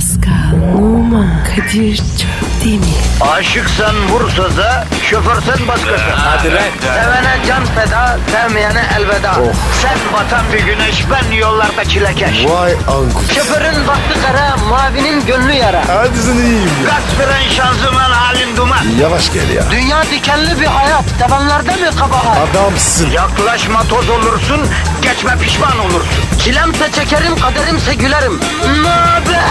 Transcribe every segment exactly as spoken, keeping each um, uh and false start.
Pascal, Oman, Kadir çok değil mi? Aşıksan vursa da, şoförsen başkasın. Hadi lan. Sevene can feda, sevmeyene elveda. Oh. Sen batan bir güneş, ben yollarda çilekeş. Vay anku. Şoförün baktı kara, mavinin gönlü yara. Hadi sen iyiyim ya. Kasperen şanzıman halin duman. Yavaş gel ya. Dünya dikenli bir hayat, sevenlerde mi kabahar? Adamsın. Yaklaşma toz olursun, geçme pişman olursun. Çilemse çekerim, kaderimse gülerim. Möber!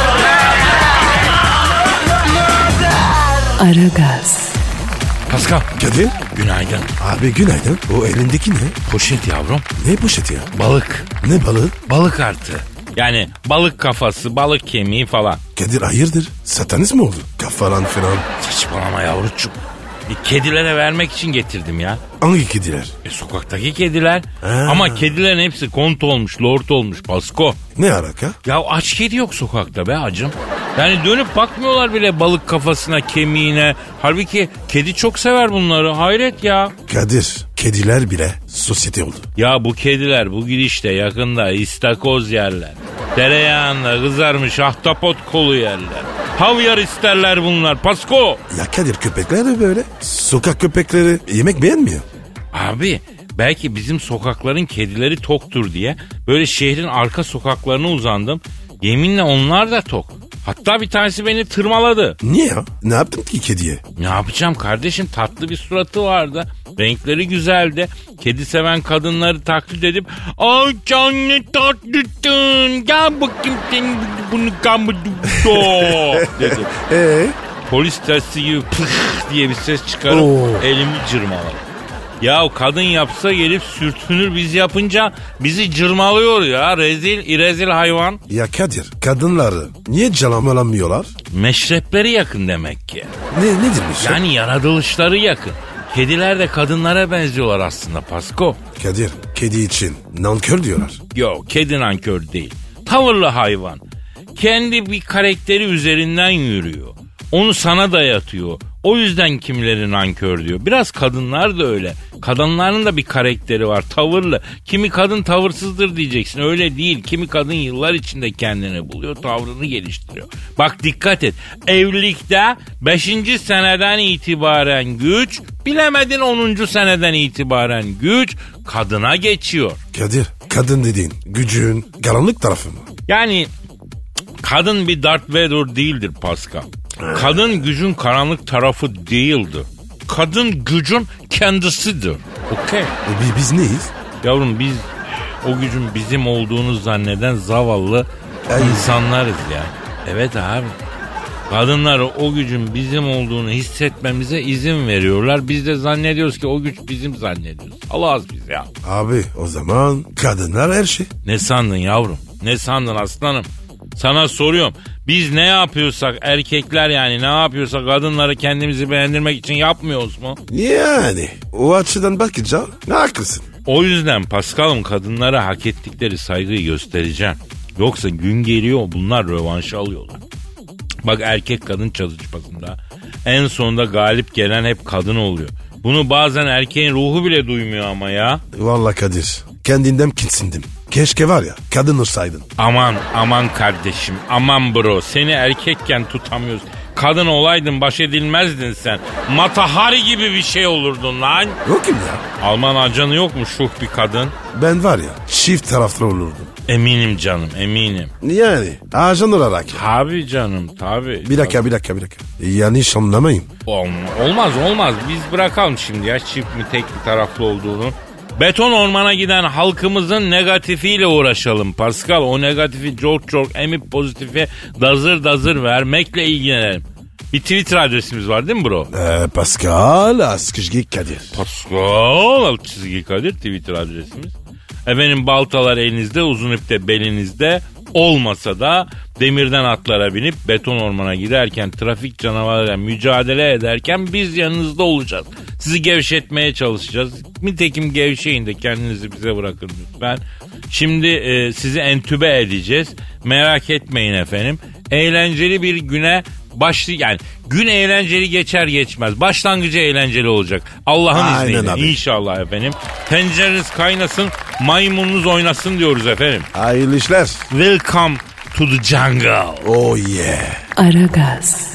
Aragaz, Pascal, Kadir. günaydın. Abi günaydın. O elindeki ne? Poşet yavrum. Ne poşeti ya? Balık. Ne balığı? Balık artı. Yani balık kafası, balık kemiği falan. Kadir hayırdır? Satanist mi oldu? Kafalan falan. Saçmalama yavrucuğum. Bir kedilere vermek için getirdim ya. Hangi kediler? E, sokaktaki kediler. Ha. Ama kedilerin hepsi kont olmuş, lord olmuş Pasko. Ne alaka? Ya aç kedi yok sokakta be acım. Yani dönüp bakmıyorlar bile balık kafasına, kemiğine. Halbuki kedi çok sever bunları. Hayret ya. Kadir, kediler bile sosyete oldu. Ya bu kediler bu gidişte yakında istakoz yerler. Tereyağında kızarmış ahtapot kolu yerler. Havyar isterler bunlar Pasko. Ya Kadir, köpekler de böyle. Sokak köpekleri yemek beğenmiyor. Abi belki bizim sokakların kedileri toktur diye böyle şehrin arka sokaklarına uzandım. Yeminle onlar da tok. Hatta bir tanesi beni tırmaladı. Niye ya? Ne yaptın ki kediye? Ne yapacağım kardeşim, tatlı bir suratı vardı. Renkleri güzeldi. Kedi seven kadınları taklit edip ay canlı tatlısın gel bakayım sen bunu gamı dedi. Eee? Polis tersi gibi pıh diye bir ses çıkarıp Oo. elimi cırmaladı. Ya kadın yapsa gelip sürtünür, biz yapınca bizi cırmalıyor ya, rezil irezil hayvan. Ya Kadir, kadınları niye calamalamıyorlar? Meşrepleri yakın demek ki. Ne nedirmiş? Yani yaratılışları yakın. Kediler de kadınlara benziyorlar aslında Pasko. Kadir, kedi için nankör diyorlar. Yok, kedi nankör değil. Tavırlı hayvan. Kendi bir karakteri üzerinden yürüyor. Onu sana dayatıyor. O yüzden kimileri nankör diyor. Biraz kadınlar da öyle. Kadınların da bir karakteri var, tavırlı. Kimi kadın tavırsızdır diyeceksin. Öyle değil. Kimi kadın yıllar içinde kendini buluyor, tavrını geliştiriyor. Bak dikkat et. Evlilikte beşinci seneden itibaren güç, bilemedin onuncu seneden itibaren güç kadına geçiyor. Kadir, kadın dediğin gücün karanlık tarafı mı? Yani kadın bir Darth Vader değildir Pascal. Kadın gücün karanlık tarafı değildir. Kadın gücün kendisidir. Okey. E, bi- biz neyiz? Yavrum biz o gücün bizim olduğunu zanneden zavallı Ay. insanlarız ya. Evet abi. Kadınlar o gücün bizim olduğunu hissetmemize izin veriyorlar. Biz de zannediyoruz ki o güç bizim zannediyoruz. Allah'ız biz ya. Abi o zaman kadınlar her şey. Ne sandın yavrum? Ne sandın aslanım? Sana soruyorum. Biz ne yapıyorsak erkekler, yani ne yapıyorsak kadınları kendimizi beğendirmek için yapmıyoruz mu? Yani o açıdan bakınca ne haklısın. O yüzden Paskal'ım kadınlara hak ettikleri saygıyı göstereceğim. Yoksa gün geliyor bunlar rövanşı alıyorlar. Bak erkek kadın çatışmasında en sonunda galip gelen hep kadın oluyor. Bunu bazen erkeğin ruhu bile duymuyor ama ya. Vallahi Kadir, kendinden kinsindim. Keşke var ya kadın olsaydın. Aman aman kardeşim, aman bro, seni erkekken tutamıyoruz. Kadın olaydın baş edilmezdin sen. Matahari gibi bir şey olurdun lan. O kim ya? Alman ajanı yok mu şuh bir kadın? Ben var ya çift taraflı olurdum. Eminim canım, eminim. Yani ajan olarak ya. Tabii canım, tabii. Bir dakika bir dakika bir dakika. Yanlış anlamayın. Olmaz olmaz, biz bırakalım şimdi ya çift mi tek bir taraflı olduğunu. Beton ormana giden halkımızın negatifiyle uğraşalım Pascal. O negatifi çok çok emip pozitife dazır dazır vermekle ilgilenelim. Bir Twitter adresimiz var değil mi bro? Ee, Pascal Askışgi Kadir. Pascal alt çizgi Kadir Twitter adresimiz. Efendim baltalar elinizde, uzun ip de belinizde. Olmasa da demirden atlara binip beton ormana giderken, trafik canavarıyla mücadele ederken biz yanınızda olacağız. Sizi gevşetmeye çalışacağız. Nitekim gevşeyin de kendinizi bize bırakın lütfen. Şimdi e, sizi entübe edeceğiz. Merak etmeyin efendim. Eğlenceli bir güne başlı yani gün eğlenceli geçer geçmez. Başlangıcı eğlenceli olacak. Allah'ın izniyle. Abi. İnşallah efendim. Tencereniz kaynasın, maymununuz oynasın diyoruz efendim. Hayırlı işler. Welcome to the jungle. Oh yeah. Aragaz.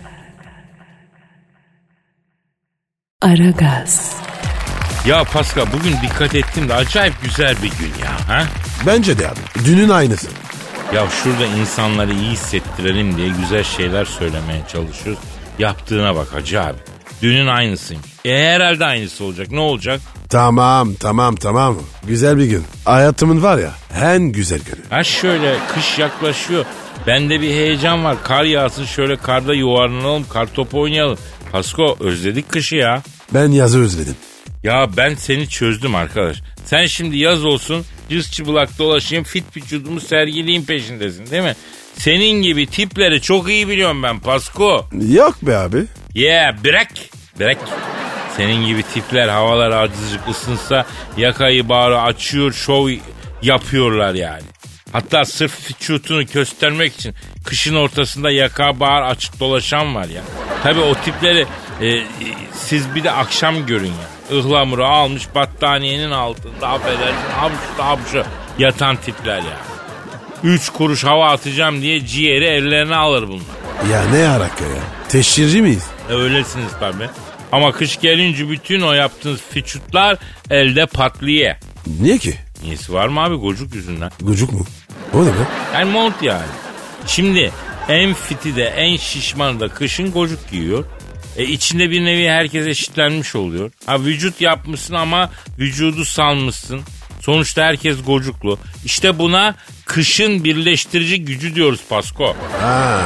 Aragaz. Ya Pascal bugün dikkat ettim de acayip güzel bir gün ya. Ha? Bence de abi. Dünün aynısı. Ya şurada insanları iyi hissettirelim diye güzel şeyler söylemeye çalışıyoruz. Yaptığına bak hacı abi. Dünün aynısıyım. E herhalde aynısı olacak. Ne olacak? Tamam tamam tamam. Güzel bir gün. Hayatımın var ya en güzel günü. Ha şöyle kış yaklaşıyor. Bende bir heyecan var. Kar yağsın şöyle karda yuvarlanalım. Kar topu oynayalım. Pasko özledik kışı ya. Ben yazı özledim. Ya ben seni çözdüm arkadaş. Sen şimdi yaz olsun cız çıbılak dolaşayım fit vücudumu sergileyim peşindesin değil mi? Senin gibi tipleri çok iyi biliyorum ben Pasko. Yok be abi. Yeah bırak. Bırak. Senin gibi tipler havalar azıcık ısınsa yakayı bağrı açıyor şov yapıyorlar yani. Hatta sırf vücudunu göstermek için kışın ortasında yaka bağır açık dolaşan var ya. Tabii o tipleri e, siz bir de akşam görün ya. Ihlamuru almış battaniyenin altında affedersin hapşu hapşu yatan tipler ya. Üç kuruş hava atacağım diye ciğeri ellerine alır bunlar. Ya ne alaka ya? Teşhirci miyiz? E, öylesiniz tabii. Ama kış gelince bütün o yaptığınız vücutlar elde patlıyor. Niye ki? Niyesi var mı abi gocuk yüzünden? Gocuk mu? O ne be? Yani mont yani. Şimdi en fiti de en şişmanı da kışın gocuk giyiyor. E içinde bir nevi herkes eşitlenmiş oluyor. Ha vücut yapmışsın ama vücudu salmışsın. Sonuçta herkes gocuklu. İşte buna kışın birleştirici gücü diyoruz Pasko. Ha.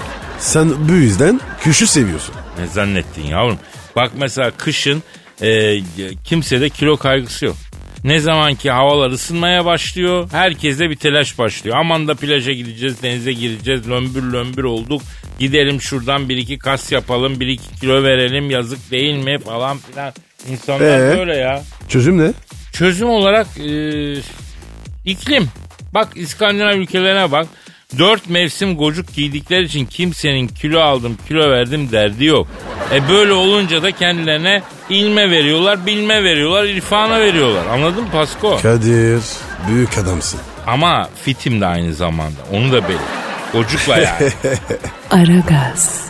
Sen bu yüzden kışı seviyorsun. Ne zannettin yavrum? Bak mesela kışın e, kimsede kilo kaygısı yok. Ne zaman ki havalar ısınmaya başlıyor herkeste bir telaş başlıyor. Aman da plaja gideceğiz, denize gireceğiz, lömbür lömbür olduk. Gidelim şuradan bir iki kas yapalım, bir iki kilo verelim yazık değil mi falan filan. İnsanlar ee, böyle ya. Çözüm ne? Çözüm olarak e, iklim. Bak İskandinav ülkelerine bak. Dört mevsim gocuk giydikleri için kimsenin kilo aldım kilo verdim derdi yok. E böyle olunca da kendilerine ilme veriyorlar, bilme veriyorlar, irfana veriyorlar. Anladın mı Pasko? Kadir büyük adamsın. Ama fitim de aynı zamanda. Onu da belir. Gocukla yani. Aragaz.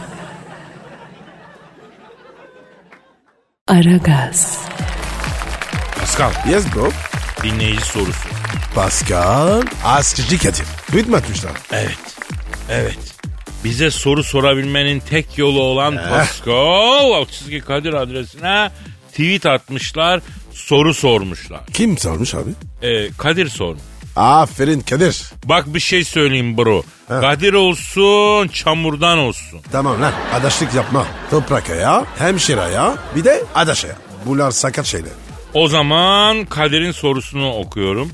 Aragaz. Pascal. Yes bro. Dinleyici sorusu. Pascal Askıcı Kadir. Tweet mi atmışlar? Evet. Evet. Bize soru sorabilmenin tek yolu olan eh. Pascal Askıcı Kadir adresine tweet atmışlar. Soru sormuşlar. Kim sormuş abi? Ee, Kadir sormuş. Aferin Kadir. Bak bir şey söyleyeyim bro. Ha. Kadir olsun çamurdan olsun. Tamam lan adaşlık yapma. Toprak ayağı, hemşire ayağı, bir de adaş ayağı. Bunlar sakat şeyler. O zaman Kadir'in sorusunu okuyorum.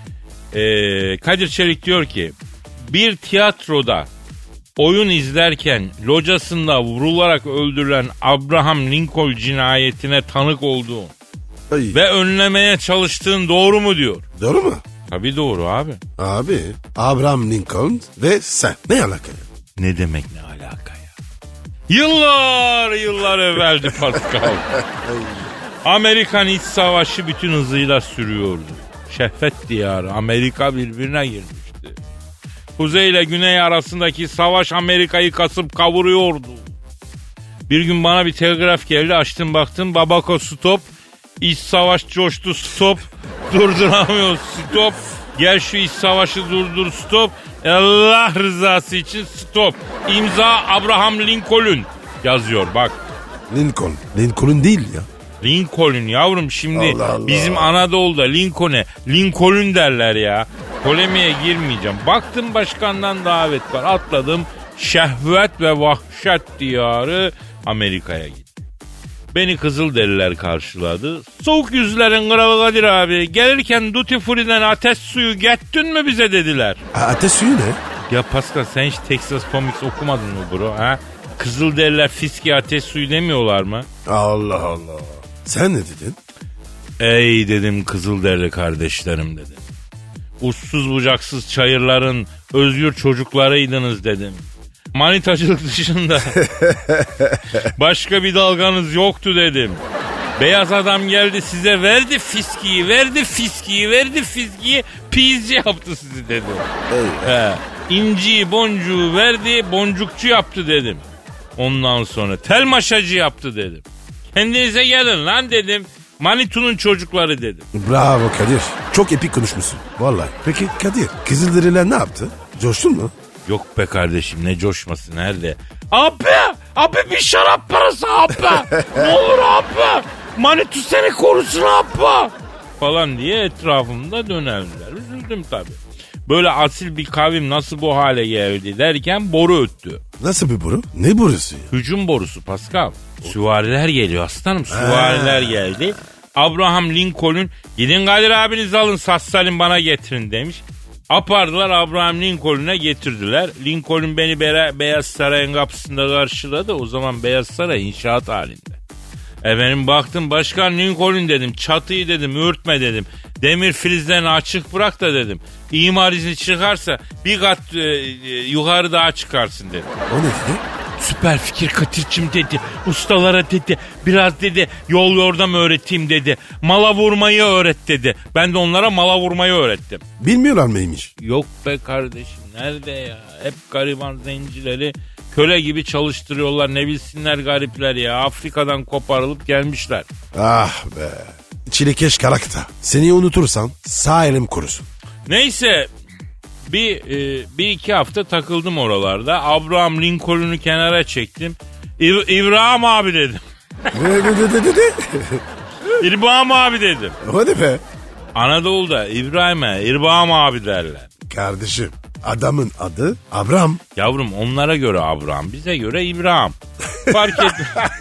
Ee, Kadir Çelik diyor ki bir tiyatroda oyun izlerken locasında vurularak öldürülen Abraham Lincoln cinayetine tanık olduğun Ay. ve önlemeye çalıştığın doğru mu diyor. Doğru mu? Tabii doğru abi. Abi Abraham Lincoln ve sen ne alaka ya? Ne demek ne alaka ya? Yıllar yıllar evveldi Pascal. Amerikan İç Savaşı bütün hızıyla sürüyordu. Şehvet diyarı Amerika birbirine girmişti. Kuzey ile güney arasındaki savaş Amerika'yı kasıp kavuruyordu. Bir gün bana bir telgraf geldi, açtım baktım, Babako stop, iç savaş coştu stop, durduramıyoruz stop, gel şu iç savaşı durdur stop, Allah rızası için stop, imza Abraham Lincoln yazıyor bak. Lincoln, Lincoln değil ya. Lincoln yavrum şimdi Allah Allah. Bizim Anadolu'da Lincoln'e Lincoln derler ya. Polemiğe girmeyeceğim. Baktım başkandan davet var. Atladım şehvet ve vahşet diyarı Amerika'ya gittim. Beni Kızılderililer karşıladı. Soğuk yüzlerin kralı Kadir abi. Gelirken Duty Free'den ateş suyu getirdin mi bize dediler. A- ateş suyu ne? Ya Pascal sen hiç Texas Comics okumadın mı bro? Ha? Kızılderililer fiski ateş suyu demiyorlar mı? Allah Allah. Sen ne dedin? Ey dedim Kızılderili kardeşlerim dedim. Uçsuz bucaksız çayırların özgür çocuklarıydınız dedim. Manitacılık dışında başka bir dalganız yoktu dedim. Beyaz adam geldi size verdi fiskiyi, verdi fiskiyi, verdi fiskiyi, pizci yaptı sizi dedim. He. İnciyi boncuğu verdi, boncukçu yaptı dedim. Ondan sonra tel maşacı yaptı dedim. Kendinize gelin lan dedim. Manitu'nun çocukları dedim. Bravo Kadir. Çok epik konuşmuşsun. Vallahi. Peki Kadir, Kızılderililer ne yaptı? Coştun mu? Yok be kardeşim, ne coşması, nerede? Abi, abi bir şarap parası abi. Ne olur abi. Manitu seni korusun abi. Falan diye etrafımda dönerdiler. Üzüldüm tabii. Böyle asil bir kavim nasıl bu hale geldi derken boru öttü. Nasıl bir boru? Ne borusu ya? Hücum borusu Pascal. Süvariler geliyor aslanım, süvariler geldi. Abraham Lincoln gidin Kadir abinizi alın sağ salim bana getirin demiş. Apardılar Abraham Lincoln'a getirdiler. Lincoln beni Be- Beyaz Saray'ın kapısında karşıladı. O zaman Beyaz Saray inşaat halinde. Efendim baktım başkan Lincoln dedim. Çatıyı dedim örtme dedim. Demir filizlerini açık bırak da dedim. İmar izni çıkarsa bir kat e, e, yukarı daha çıkarsın dedim. O ne dedi? Süper fikir Kadir'cim dedi. Ustalara dedi. Biraz dedi yol yordam öğreteyim dedi. Mala vurmayı öğret dedi. Ben de onlara mala vurmayı öğrettim. Bilmiyorlar mıymış? Yok be kardeşim nerede ya? Hep gariban zencileri köle gibi çalıştırıyorlar. Ne bilsinler garipler ya. Afrika'dan koparılıp gelmişler. Ah be. Çilekeş karakter. Seni unutursan sağ elim kurusun. Neyse bir, e, bir iki hafta takıldım oralarda. Abraham Lincoln'u kenara çektim. İb- İbrahim abi dedim. Ne ne ne ne ne? İbrahim abi dedim. Hadi be. Anadolu'da İbrahim'e İbrahim abi derler. Kardeşim adamın adı Abraham. Yavrum onlara göre Abraham, bize göre İbrahim. Fark et.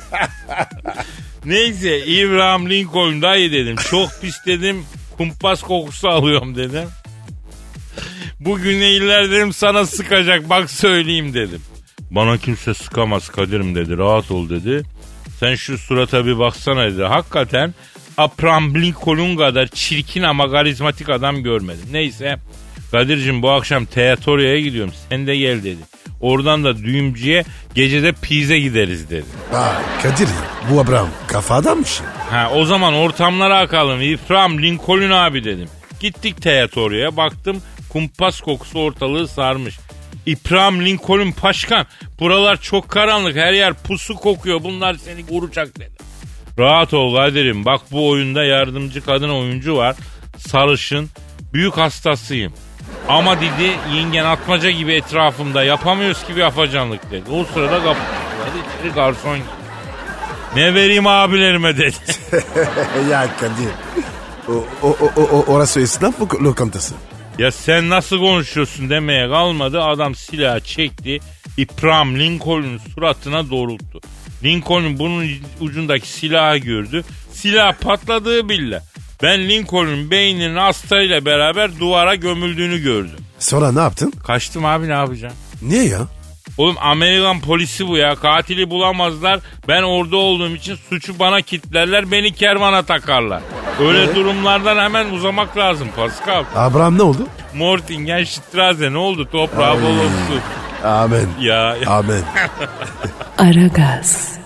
Neyse İbrahim Lincoln dayı dedim. Çok pis dedim. Kumpas kokusu alıyorum dedim. Bu güneyliler dedim sana sıkacak bak söyleyeyim dedim. Bana kimse sıkamaz Kadir'im dedi. Rahat ol dedi. Sen şu surata bir baksana dedi. Hakikaten Abraham Lincoln kadar çirkin ama karizmatik adam görmedim. Neyse Kadir'cim bu akşam Teatoria'ya gidiyorum. Sen de gel dedi. Oradan da düğümcüye gecede pize gideriz dedi. Bak Kadir bu Abraham kafa adammış ya. Ha o zaman ortamlara akalım. İbrahim Lincoln abi dedim. Gittik Teatoria'ya baktım kumpas kokusu ortalığı sarmış. İbrahim Lincoln paşkan buralar çok karanlık her yer pusu kokuyor bunlar seni vuracak dedi. Rahat ol Kadir'im bak bu oyunda yardımcı kadın oyuncu var. Sarışın büyük hastasıyım. Ama dedi yengen atmaca gibi etrafımda yapamıyoruz ki bir afacanlık dedi. O sırada kapıda içeri garson gibi. Ne vereyim abilerime dedi. Ya Kadir. O, o, o, o, orası esnaf mı lokantası? Ya sen nasıl konuşuyorsun demeye kalmadı. Adam silahı çekti. İbrahim Lincoln'un suratına doğrulttu. Lincoln bunun ucundaki silahı gördü. Silah patladığı bile. Ben Lincoln'un beyninin astarıyla beraber duvara gömüldüğünü gördüm. Sonra ne yaptın? Kaçtım abi ne yapacağım? Niye ya? Oğlum Amerikan polisi bu ya. Katili bulamazlar. Ben orada olduğum için suçu bana kitlerler. Beni kervana takarlar. Öyle ee? durumlardan hemen uzamak lazım Pascal. Abraham ne oldu? Mortingen Strasse ne oldu? Toprağı bol olsun. Amen. Ya. Amen. Aragaz.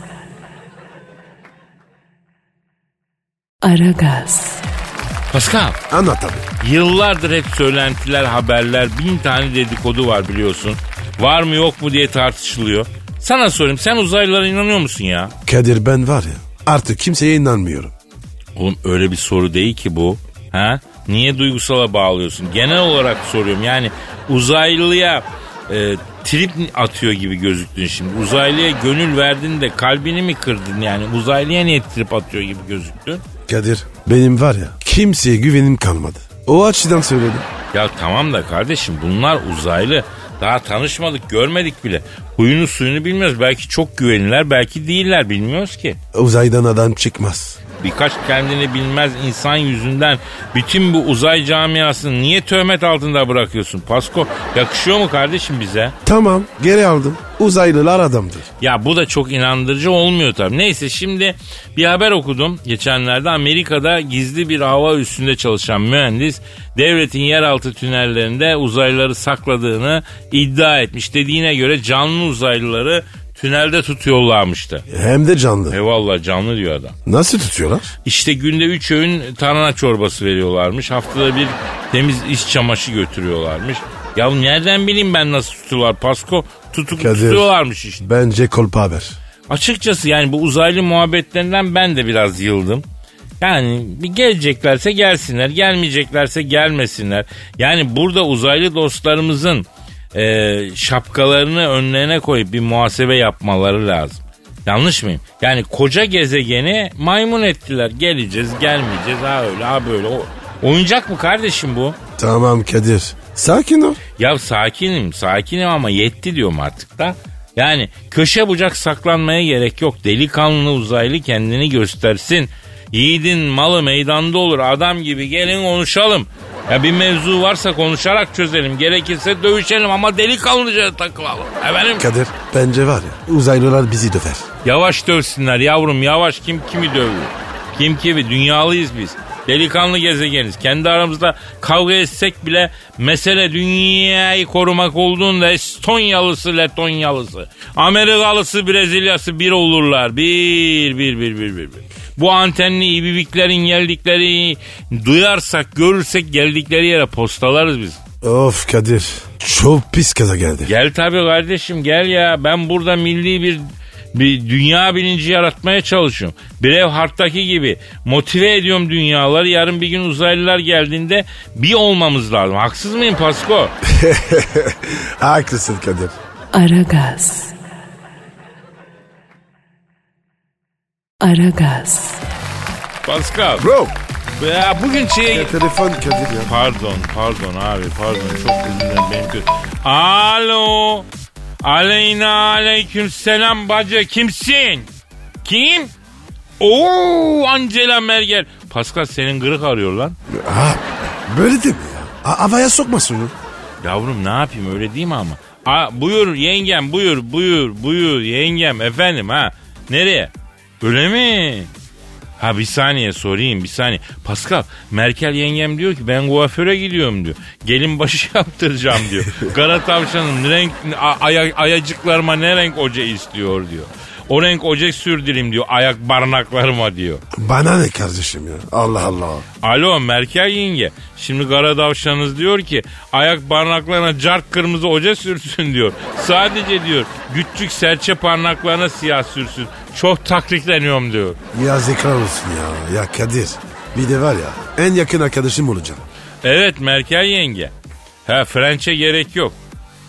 Aragaz. Pascal. Anlat abi. Yıllardır hep söylentiler, haberler, bin tane dedikodu var biliyorsun. Var mı yok mu diye tartışılıyor. Sana sorayım sen uzaylılara inanıyor musun ya? Kadir ben var ya artık kimseye inanmıyorum. Oğlum öyle bir soru değil ki bu. Ha? Niye duygusala bağlıyorsun? Genel olarak soruyorum yani uzaylıya e, trip atıyor gibi gözüktün şimdi. Uzaylıya gönül verdin de kalbini mi kırdın yani? Uzaylıya niye trip atıyor gibi gözüktün? Kadir benim var ya kimseye güvenim kalmadı. O açıdan söyledim. Ya tamam da kardeşim bunlar uzaylı. Daha tanışmadık görmedik bile. Huyunu suyunu bilmiyoruz. Belki çok güveniler belki değiller bilmiyoruz ki. Uzaydan adam çıkmaz. Birkaç kendini bilmez insan yüzünden bütün bu uzay camiasını niye töhmet altında bırakıyorsun? Pasko yakışıyor mu kardeşim bize? Tamam geri aldım. Uzaylılar adamdır. Ya bu da çok inandırıcı olmuyor tabii. Neyse şimdi bir haber okudum. Geçenlerde Amerika'da gizli bir hava üssünde çalışan mühendis devletin yeraltı tünellerinde uzaylıları sakladığını iddia etmiş. Dediğine göre canlı uzaylıları tünelde tutuyorlarmıştı. Hem de canlı. Eyvallah canlı diyor adam. Nasıl tutuyorlar? İşte günde üç öğün tarhana çorbası veriyorlarmış. Haftada bir temiz iç çamaşırı götürüyorlarmış. Ya nereden bileyim ben nasıl tutuyorlar Pasko? Tutuk Kadir, tutuyorlarmış işte. Bence kolpa haber. Açıkçası yani bu uzaylı muhabbetlerinden ben de biraz yıldım. Yani bir geleceklerse gelsinler, gelmeyeceklerse gelmesinler. Yani burada uzaylı dostlarımızın e, şapkalarını önlerine koyup bir muhasebe yapmaları lazım. Yanlış mıyım? Yani koca gezegeni maymun ettiler. Geleceğiz, gelmeyeceğiz, ha öyle, ha böyle. O, oyuncak mı kardeşim bu? Tamam Kadir. Sakin ol. Ya sakinim, sakinim ama yetti diyorum artık da. Yani köşe bucak saklanmaya gerek yok. Delikanlı uzaylı kendini göstersin. Yiğidin malı meydanda olur. Adam gibi gelin konuşalım. Ya bir mevzu varsa konuşarak çözelim. Gerekirse dövüşelim ama delikanlıca takılalım. Efendim? Kadir bence var ya uzaylılar bizi döver. Yavaş dövsünler yavrum, yavaş. Kim kimi dövüyor? Kim kimi? Dünyalıyız biz. Delikanlı gezegeniz. Kendi aramızda kavga etsek bile mesele dünyayı korumak olduğunda Estonyalısı, Letonyalısı, Amerikalısı, Brezilyalısı bir olurlar. Bir, bir, bir, bir, bir. bir. Bu antenli ibibiklerin geldikleri duyarsak, görürsek geldikleri yere postalarız biz. Of Kadir çok pis kaza geldi. Gel tabii kardeşim, gel ya. Ben burada milli bir bir dünya bilinci yaratmaya çalışıyorum. Braveheart'taki gibi motive ediyorum dünyaları. Yarın bir gün uzaylılar geldiğinde bir olmamız lazım. Haksız mıyım Pasko? Haklısın Kadir. Aragaz. Aragaz. Pascal. Bro. Ya bugün şeye... Ya telefon Kadir ya. Pardon, pardon abi, pardon. Çok özür dilerim, benim kötü. Alo. Aleyna aleyküm selam bacı. Kimsin? Kim? Oo, Angela Merkel. Pascal senin gırık arıyor lan. Ha, böyle değil mi ya? A- havaya sokmasın onu. Yavrum ne yapayım, öyle değil mi ama? Aa, buyur yengem, buyur, buyur, buyur yengem efendim ha. Nereye? Öyle mi? Ha bir saniye sorayım, bir saniye. Pascal, Merkel yengem diyor ki ben kuaföre gidiyorum diyor. Gelin başı yaptıracağım diyor. Kara tavşanın renk, aya, ayacıklarıma ne renk oje istiyor diyor. O renk oje sürdüreyim diyor ayak barnaklarıma diyor. Bana ne kardeşim ya? Allah Allah. Alo Merkel yenge. Şimdi kara tavşanınız diyor ki ayak parmaklarına cart kırmızı oje sürsün diyor. Sadece diyor küçük serçe parmaklarına siyah sürsün. Çok taklitleniyorum diyor. Ya zekar olsun ya. Ya Kadir. Bir de var ya en yakın arkadaşım olacağım. Evet Merkel yenge. Ha Frenç'e gerek yok.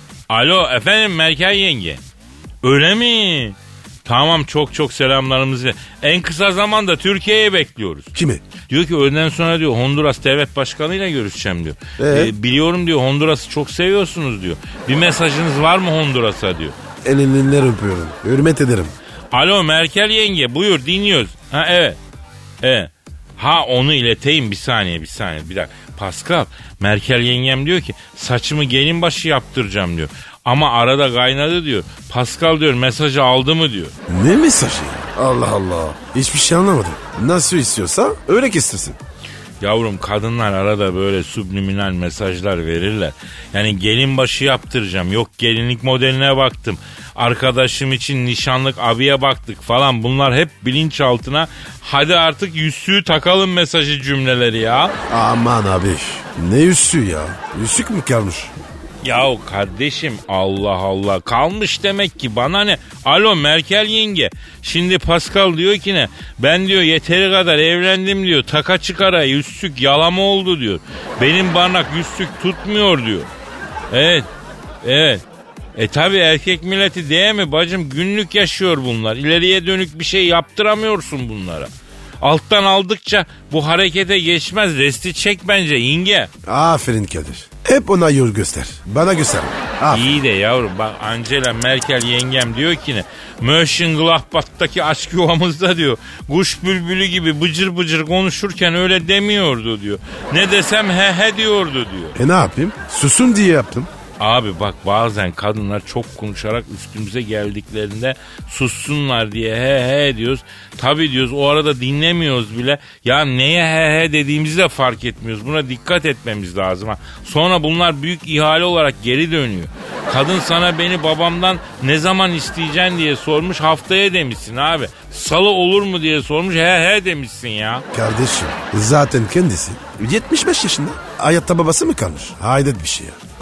Alo efendim Merkel yenge. Öyle mi? Tamam, çok çok selamlarımızı. En kısa zamanda Türkiye'ye bekliyoruz. Kimi? Diyor ki öğleden sonra diyor Honduras devlet başkanıyla görüşeceğim diyor. Ee? Ee, biliyorum diyor Honduras'ı çok seviyorsunuz diyor. Bir mesajınız var mı Honduras'a diyor. Elinden öpüyorum. Hürmet ederim. Alo Merkel yenge buyur dinliyoruz. Ha evet. Evet. Ha onu ileteyim bir saniye bir saniye bir dakika. Pascal Merkel yengem diyor ki saçımı gelin başı yaptıracağım diyor. Ama arada kaynadı diyor. Pascal diyor mesajı aldı mı diyor. Ne mesajı? Allah Allah. Hiçbir şey anlamadım. Nasıl istiyorsa öyle kestirsin. Yavrum kadınlar arada böyle subliminal mesajlar verirler. Yani gelin başı yaptıracağım. Yok gelinlik modeline baktım. Arkadaşım için nişanlık abiye baktık falan. Bunlar hep bilinçaltına hadi artık yüzüğü takalım mesajı cümleleri ya. Aman abi. Ne yüzüğü ya? Yüzük mü kalmış? Yahu kardeşim Allah Allah kalmış demek ki bana ne? Alo Merkel yenge. Şimdi Pascal diyor ki ne? Ben diyor yeteri kadar evlendim diyor. Taka çıkara yüzsük yalama oldu diyor. Benim barnak yüzsük tutmuyor diyor. Evet. Evet. E tabi erkek milleti değil mi bacım? Günlük yaşıyor bunlar. İleriye dönük bir şey yaptıramıyorsun bunlara. Alttan aldıkça bu harekete geçmez. Resti çek bence yenge. Aferin Kadir. Hep ona yol göster. Bana göster. Aferin. İyi de yavrum bak Angela Merkel yengem diyor ki ne? Mönchengladbach'taki aşk yuvamızda diyor. Kuş bülbülü gibi bıcır bıcır konuşurken öyle demiyordu diyor. Ne desem he he diyordu diyor. E ne yapayım? Susun diye yaptım. Abi bak bazen kadınlar çok konuşarak üstümüze geldiklerinde sussunlar diye he he diyoruz. Tabii diyoruz o arada dinlemiyoruz bile. Ya neye he he dediğimizi de fark etmiyoruz. Buna dikkat etmemiz lazım. Ha. Sonra bunlar büyük ihale olarak geri dönüyor. Kadın sana beni babamdan ne zaman isteyeceksin diye sormuş haftaya demişsin abi. Salı olur mu diye sormuş he he demişsin ya. Kardeşim zaten kendisi yetmiş beş yaşında. Hayatta babası mı kalmış? Hayret bir şey ya.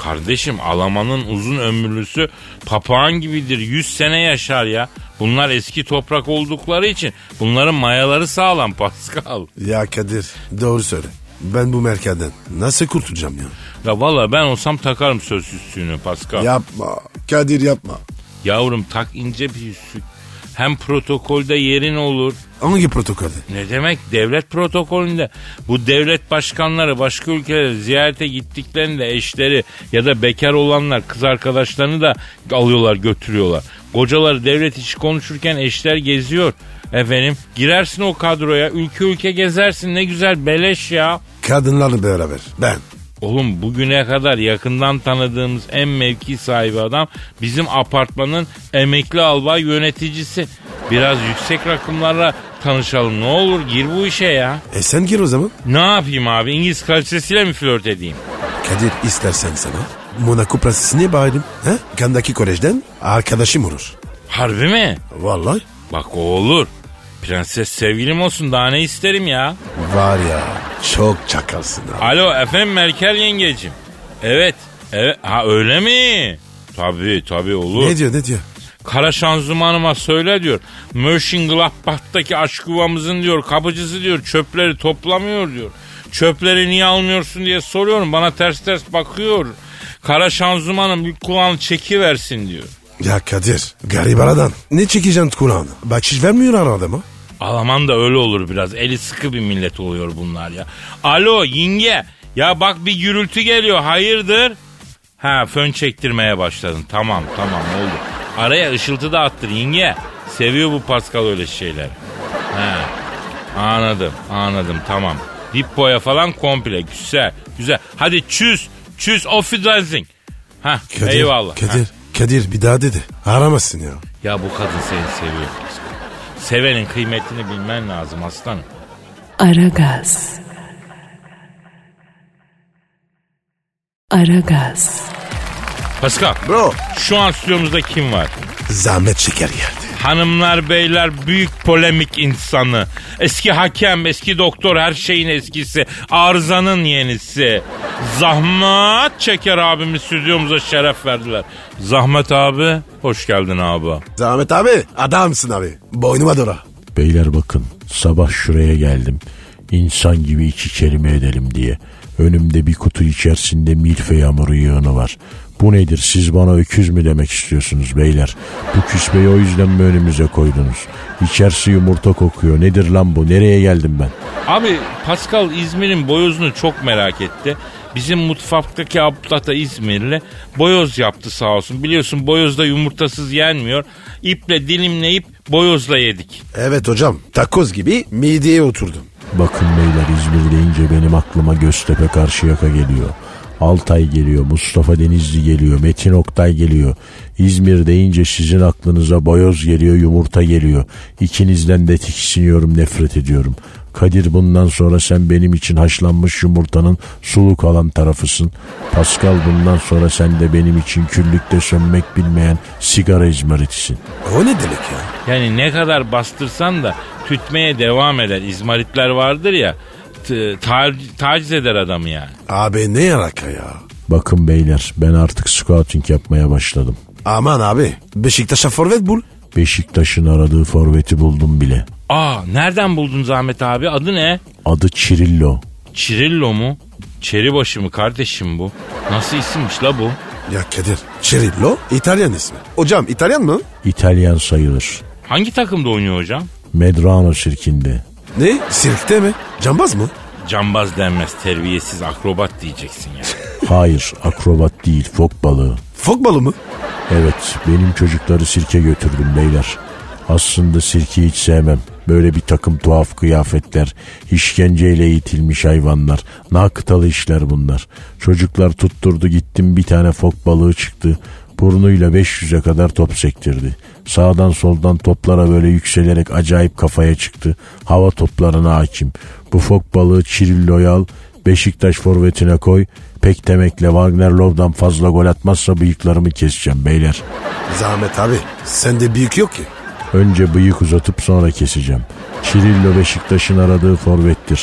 Kardeşim Alman'ın uzun ömürlüsü papağan gibidir. yüz sene yaşar ya. Bunlar eski toprak oldukları için bunların mayaları sağlam Pascal. Ya Kadir doğru söyle. Ben bu merkezden nasıl kurtulacağım ya? Ya valla ben olsam takarım söz yüzüğünü Pascal. Yapma Kadir yapma. Yavrum tak ince bir yüzük. Hem protokolde yerin olur. Hangi protokolde? Ne demek? Devlet protokolünde. Bu devlet başkanları başka ülkelere ziyarete gittiklerinde eşleri ya da bekar olanlar kız arkadaşlarını da alıyorlar götürüyorlar. Kocaları devlet işi konuşurken eşler geziyor. Efendim girersin o kadroya, ülke ülke gezersin, ne güzel beleş ya. Kadınlarla beraber ben. Oğlum bugüne kadar yakından tanıdığımız en mevki sahibi adam bizim apartmanın emekli albay yöneticisi. Biraz yüksek rakımlarla tanışalım ne olur, gir bu işe ya. E sen gir o zaman. Ne yapayım abi, İngiliz kraliçesiyle mi flört edeyim? Kadir istersen sana Monaco prensesini bağırayım. He? Kandaki kolejden arkadaşım olur. Harbi mi? Vallahi. Bak o olur. Prenses sevgilim olsun, daha ne isterim ya. Var ya çok çakalsın abi. Alo efendim Merkel yengecim. Evet. Evet. Ha öyle mi? Tabii tabii olur. Ne diyor ne diyor? Kara şanzımanıma söyle diyor. Mönchengladbach'taki aşk yuvamızın diyor kapıcısı diyor çöpleri toplamıyor diyor. Çöpleri niye almıyorsun diye soruyorum. Bana ters ters bakıyor. Kara şanzımanım bir kulağını çekiversin diyor. Ya Kadir garibaradan ne çekeceksin kulağını? Bahşiş vermiyorlar adama. Alman da öyle olur biraz. Eli sıkı bir millet oluyor bunlar ya. Alo yenge. Ya bak bir gürültü geliyor. Hayırdır? Ha fön çektirmeye başladın. Tamam tamam oldu. Araya ışıltı da attır yenge. Seviyor bu Pascal öyle şeyler. Ha anladım anladım tamam. Dip boya falan komple. Güzel güzel. Hadi çüz çüz auf Wiedersehen. Ha eyvallah. Kadir, ha. Kadir bir daha dedi. Aramazsın ya. Ya bu kadın seni seviyor Pascal. Sevenin kıymetini bilmen lazım aslanım. Aragaz. Aragaz. Pascal. Bro. Şu an stüdyomuzda kim var? Zahmet şeker geldi. Hanımlar beyler büyük polemik insanı. Eski hakem, eski doktor, her şeyin eskisi. Arızanın yenisi. Zahmet Çeker abimiz stüdyomuza şeref verdiler. Zahmet abi hoş geldin abi. Zahmet abi adamsın abi. Boynuma dora. Beyler bakın sabah şuraya geldim. İnsan gibi iki kelime edelim diye. Önümde bir kutu içerisinde milfe yağmuru yığını var. Bu nedir? Siz bana öküz mü demek istiyorsunuz beyler? Bu küspeyi o yüzden mi önümüze koydunuz? İçerisi yumurta kokuyor. Nedir lan bu? Nereye geldim ben? Abi Pascal İzmir'in boyozunu çok merak etti. Bizim mutfaktaki ablata İzmirli boyoz yaptı sağ olsun. Biliyorsun boyozda yumurtasız yenmiyor. İple dilimleyip boyozla yedik. Evet hocam takoz gibi mideye oturdum. Bakın beyler İzmir deyince benim aklıma Göztepe Karşıyaka geliyor. Altay geliyor, Mustafa Denizli geliyor, Metin Oktay geliyor. İzmir deyince sizin aklınıza boyoz geliyor, yumurta geliyor. İkinizden de tiksiniyorum, nefret ediyorum. Kadir bundan sonra sen benim için haşlanmış yumurtanın sulu kalan tarafısın. Pascal bundan sonra sen de benim için küllükte sönmek bilmeyen sigara izmaritisin. O ne demek ya? Yani ne kadar bastırsan da tütmeye devam eder. İzmaritler vardır ya, t- ta- taciz eder adamı yani. Abi ne alaka ya? Bakın beyler ben artık scouting yapmaya başladım. Aman abi Beşiktaş'a forvet bul. Beşiktaş'ın aradığı forveti buldum bile. Aa nereden buldun Zahmet abi? Adı ne? Adı Cirillo. Cirillo mu? Çeribaşı mı kardeşim bu? Nasıl isimmiş la bu? Ya Kadir Cirillo İtalyan ismi. Hocam İtalyan mı? İtalyan sayılır. Hangi takımda oynuyor hocam? Medrano sirkinde. Ne? Sirkte mi? Cambaz mı? Cambaz denmez, terbiyesiz, akrobat diyeceksin ya. Hayır, akrobat değil, fok balığı. Fok balığı mı? Evet, benim çocukları sirke götürdüm beyler. Aslında sirkeyi hiç sevmem. Böyle bir takım tuhaf kıyafetler, işkenceyle eğitilmiş hayvanlar, nakıtalı işler bunlar. Çocuklar tutturdu gittim, bir tane fok balığı çıktı. Burnuyla beş yüze kadar top sektirdi. Sağdan soldan toplara böyle yükselerek acayip kafaya çıktı. Hava toplarına hakim. Bu fok balığı Cirillo'yu al, Beşiktaş forvetine koy. Pek demekle Wagner Love'dan fazla gol atmazsa bıyıklarımı keseceğim beyler. Zahmet abi sende büyük yok ki. Önce bıyık uzatıp sonra keseceğim. Cirillo Beşiktaş'ın aradığı forvettir.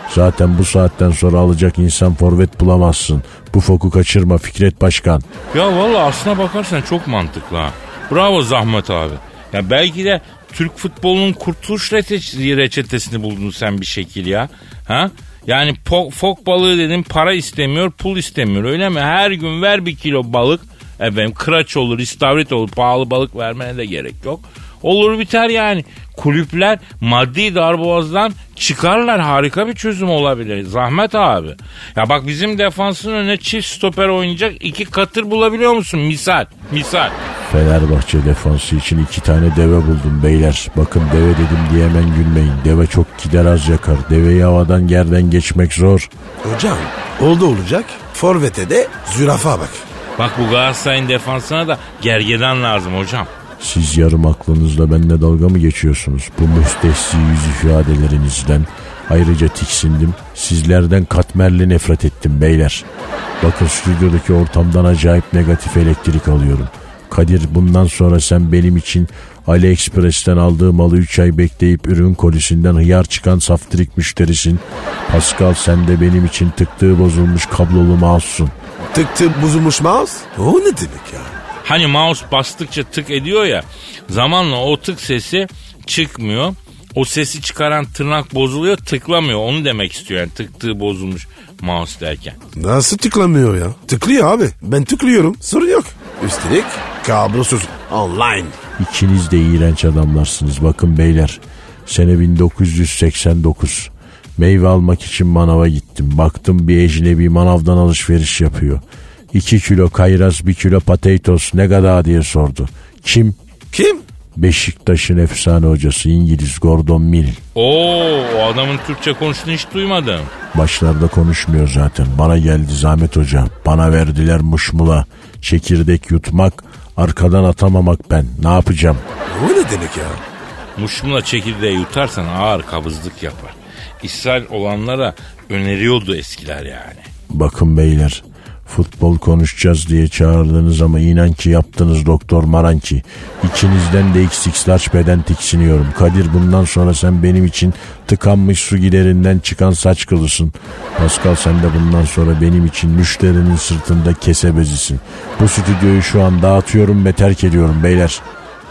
Zaten bu saatten sonra alacak insan forvet bulamazsın. Bu foku kaçırma Fikret Başkan. Ya vallahi aslına bakarsan çok mantıklı ha. Bravo Zahmet abi. Ya belki de Türk futbolunun kurtuluş reçetesi, reçetesini buldun sen bir şekil ya. Ha? Yani po, fok balığı dedim, para istemiyor, pul istemiyor, öyle mi? Her gün ver bir kilo balık. Efendim kıraç olur, istavrit olur, pahalı balık vermene de gerek yok. Olur biter yani. Kulüpler maddi darboğazdan çıkarlar, harika bir çözüm olabilir. Zahmet abi. Ya bak bizim defansın önüne çift stoper oynayacak iki katır bulabiliyor musun? Misal. Misal. Fenerbahçe defansı için iki tane deve buldum beyler. Bakın deve dedim diye hemen gülmeyin. Deve çok gider az yakar. Deveyi havadan yerden geçmek zor. Hocam oldu olacak. Forvet'e de zürafa bak. Bak bu Galatasaray'ın defansına da gergedan lazım hocam. Siz yarım aklınızla benimle dalga mı geçiyorsunuz? Bu müstehsi yüz ifadelerinizden ayrıca tiksindim. Sizlerden katmerli nefret ettim beyler. Bakın stüdyodaki ortamdan acayip negatif elektrik alıyorum. Kadir bundan sonra sen benim için AliExpress'ten aldığı malı üç ay bekleyip ürün kolisinden hıyar çıkan saftirik müşterisin. Pascal sen de benim için tıktığı bozulmuş kablolu mouse'sun. Tıktı bozulmuş mouse? O ne demek ya? Hani mouse bastıkça tık ediyor ya, zamanla o tık sesi çıkmıyor. O sesi çıkaran tırnak bozuluyor, tıklamıyor. Onu demek istiyor yani tıktığı bozulmuş mouse derken. Nasıl tıklamıyor ya? Tıklıyor abi. Ben tıklıyorum. Sorun yok. Üstelik kablosuz online. İkiniz de iğrenç adamlarsınız. Bakın beyler, sene bin dokuz yüz seksen dokuz. Meyve almak için manava gittim. Baktım bir ecnebi manavdan alışveriş yapıyor. İki kilo kayraz, bir kilo potatoes ne kadar diye sordu. Kim? Kim? Beşiktaş'ın efsane hocası İngiliz Gordon Mill. Oo, o adamın Türkçe konuştuğunu hiç duymadım. Başlarda konuşmuyor zaten. Bana geldi Zahmet Hoca. Bana verdiler muşmula. Çekirdek yutmak, arkadan atamamak ben. Ne yapacağım? O ne demek ya? Muşmula çekirdeği yutarsan ağır kabızlık yapar. İshal olanlara öneriyordu eskiler yani. Bakın beyler, futbol konuşacağız diye çağırdınız ama inan ki yaptınız Doktor Maranki. İçinizden de X X large beden tiksiniyorum. Kadir bundan sonra sen benim için tıkanmış su giderinden çıkan saç kılısın. Pascal sen de bundan sonra benim için müşterinin sırtında kese bezisin. Bu stüdyoyu şu an dağıtıyorum ve terk ediyorum beyler.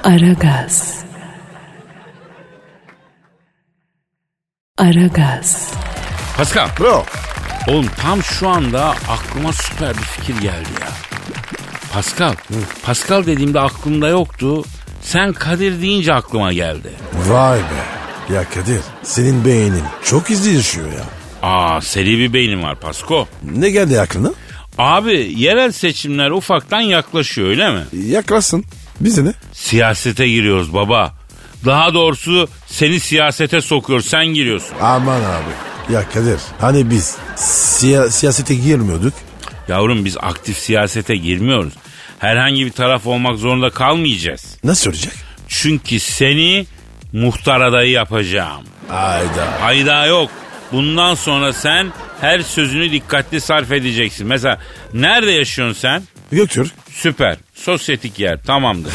Aragaz. Aragaz. Pascal. Bro. Oğlum tam şu anda aklıma süper bir fikir geldi ya. Pascal. Hı. Pascal dediğimde aklımda yoktu. Sen Kadir deyince aklıma geldi. Vay be. Ya Kadir, senin beynin çok hızlı yaşıyor ya. Aa, seri bir beynim var Pasko. Ne geldi aklına? Abi yerel seçimler ufaktan yaklaşıyor öyle mi? Yaklaşsın. Bize ne? Siyasete giriyoruz baba. Daha doğrusu seni siyasete sokuyor, sen giriyorsun. Aman abi. Ya Kadir, hani biz siya- siyasete girmiyorduk? Yavrum biz aktif siyasete girmiyoruz. Herhangi bir taraf olmak zorunda kalmayacağız. Nasıl olacak? Çünkü seni muhtar adayı yapacağım. Hayda. Hayda yok. Bundan sonra sen her sözünü dikkatli sarf edeceksin. Mesela nerede yaşıyorsun sen? Göktürk. Süper. Sosyetik yer. Tamamdır.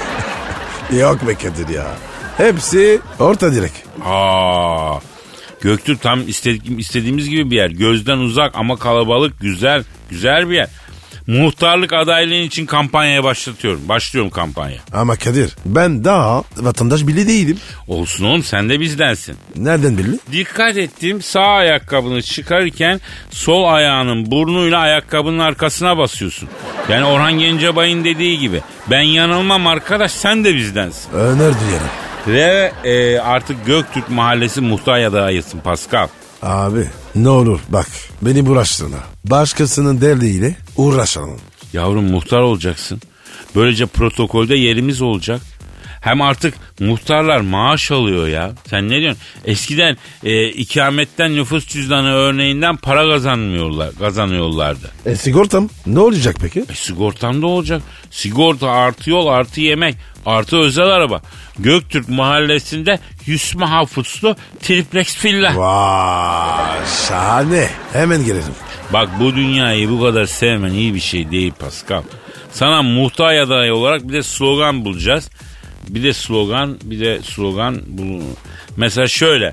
Yok be Kadir ya. Hepsi orta direk. Aa, Göktürk tam istedi- istediğimiz gibi bir yer. Gözden uzak ama kalabalık, güzel, güzel bir yer. Muhtarlık adaylığın için kampanyaya başlatıyorum. Başlıyorum kampanya. Ama Kadir, ben daha vatandaş bile değilim. Olsun oğlum, sen de bizdensin. Nereden belli? Dikkat ettim, sağ ayakkabını çıkarırken sol ayağının burnuyla ayakkabının arkasına basıyorsun. Yani Orhan Gencebay'ın dediği gibi, ben yanılmam arkadaş, sen de bizdensin. Öner diyelim. Ve e, artık Göktürk Mahallesi muhtar adayısın Pascal. Abi ne olur bak beni uğraştırma. Başkasının derdiyle uğraşalım. Yavrum muhtar olacaksın. Böylece protokolde yerimiz olacak. Hem artık muhtarlar maaş alıyor ya. Sen ne diyorsun? Eskiden e, ikametten nüfus cüzdanı örneğinden para kazanmıyorlar, kazanıyorlardı. E sigortam ne olacak peki? E, sigortam da olacak. Sigorta artı yol artı yemek artı özel araba. Göktürk Mahallesi'nde yüz mahfuzlu triplex villa. Vay şahane. Hemen gelelim. Bak bu dünyayı bu kadar sevmen iyi bir şey değil Pascal. Sana muhtar adayı olarak bir de slogan bulacağız. Bir de slogan, bir de slogan bul. Mesela şöyle.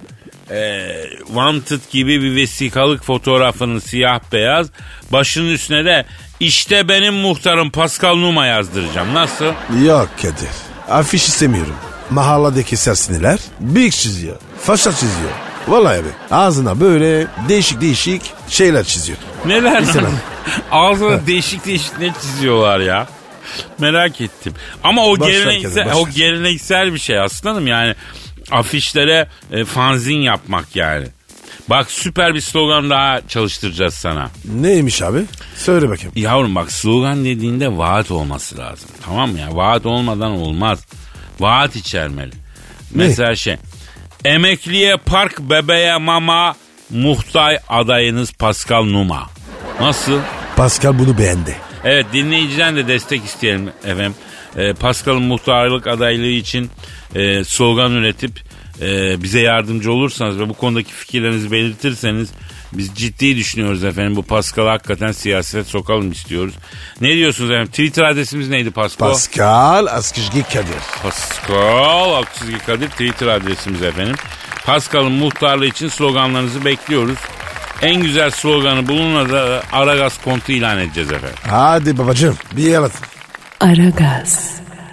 e, wanted gibi bir vesikalık fotoğrafının siyah beyaz, başının üstüne de işte benim muhtarım Pascal Numa yazdıracağım. Nasıl? Yok Kadir. Afiş istemiyorum. Mahalledeki sersiniler büyük çiziyor. Faşa çiziyor. Vallahi abi ağzına böyle değişik değişik şeyler çiziyor. Neler? İstemem. Ağzına değişik değişik ne çiziyorlar ya? Merak ettim. Ama o Başlar geleneksel, Kadir, o başlar. geleneksel bir şey aslanım. Yani afişlere e, fanzin yapmak yani. Bak süper bir slogan daha çalıştıracağız sana. Neymiş abi? Söyle bakayım. Yavrum bak slogan dediğinde vaat olması lazım. Tamam mı ya? Vaat olmadan olmaz. Vaat içermeli. Mesela şey. Emekliye park, bebeğe mama, muhtay adayınız Pascal Numa. Nasıl? Pascal bunu beğendi. Evet, dinleyiciden de destek isteyelim efendim. Ee, Pascal'ın muhtarlık adaylığı için e, slogan üretip e, bize yardımcı olursanız ve bu konudaki fikirlerinizi belirtirseniz biz ciddi düşünüyoruz efendim. Bu Pascal'ı hakikaten siyasete sokalım istiyoruz. Ne diyorsunuz efendim? Twitter adresimiz neydi Pascal? Pascal Askışgi Kadir. Pascal Askışgi Kadir Twitter adresimiz efendim. Pascal'ın muhtarlığı için sloganlarınızı bekliyoruz. En güzel sloganı bulunana da Aragaz kontu ilan edeceğiz efendim. Hadi babacığım bir yalatın. Aragaz.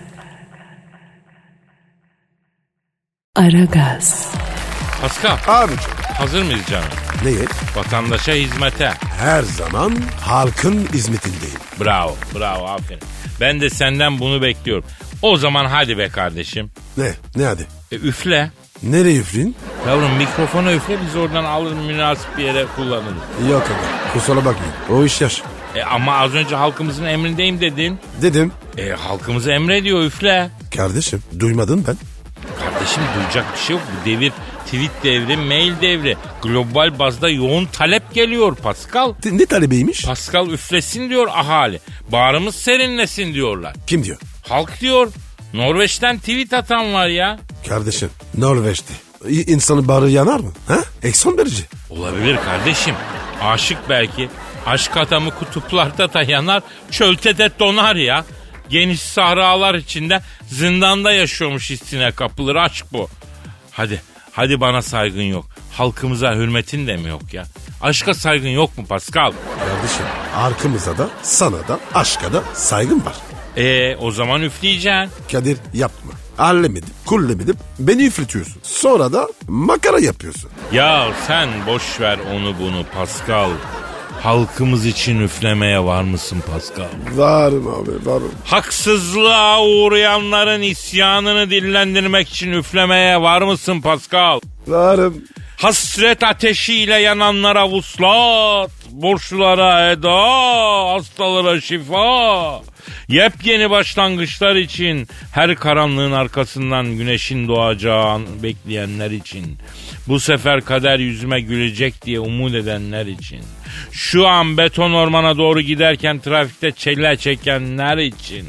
Aragaz. Pascal, Abicim. hazır mıyız canım? Neye? Vatandaşa hizmete. Her zaman halkın hizmetindeyim. Bravo, bravo, aferin. Ben de senden bunu bekliyorum. O zaman hadi be kardeşim. Ne? Ne hadi? E, üfle. Nereye üfleyin? Yavrum mikrofonu üfle, biz oradan alır münasip bir yere kullanırız. Yok abi. Kusura bakmayın. O iş yaş. E, ama az önce halkımızın emrindeyim dedin. Dedim. E, halkımızı emrediyor, üfle. Kardeşim duymadın ben. Kardeşim duyacak bir şey yok. Bu devir tweet devri, mail devri. Global bazda yoğun talep geliyor Pascal. De- ne talebeymiş? Pascal üflesin diyor ahali. Bağrımız serinlesin diyorlar. Kim diyor? Halk diyor. Norveç'ten tweet atan var ya. Kardeşim Norveç'te. İ- İnsanın bağrı yanar mı? Ha? Ekson verici. Olabilir kardeşim. Aşık belki. Aşk adamı kutuplarda da yanar, çölde de donar ya. Geniş sahralar içinde zindanda yaşıyormuş hissine kapılır, aşk bu. Hadi, hadi bana saygın yok. Halkımıza hürmetin de mi yok ya? Aşka saygın yok mu Pascal? Kardeşim arkamıza da sana da aşka da saygım var. Ee, o zaman üfleyeceksin. Kadir yapma. Allemedim, kullemedim. Beni üfletiyorsun. Sonra da makara yapıyorsun. Ya sen boş ver onu bunu Pascal. Halkımız için üflemeye var mısın Pascal? Varım abi varım. Haksızlığa uğrayanların isyanını dillendirmek için üflemeye var mısın Pascal? Varım. Hasret ateşiyle yananlara vuslat, borçlulara eda, hastalara şifa. Yepyeni başlangıçlar için, her karanlığın arkasından güneşin doğacağını bekleyenler için, bu sefer kader yüzüme gülecek diye umut edenler için, şu an beton ormana doğru giderken trafikte çile çekenler için,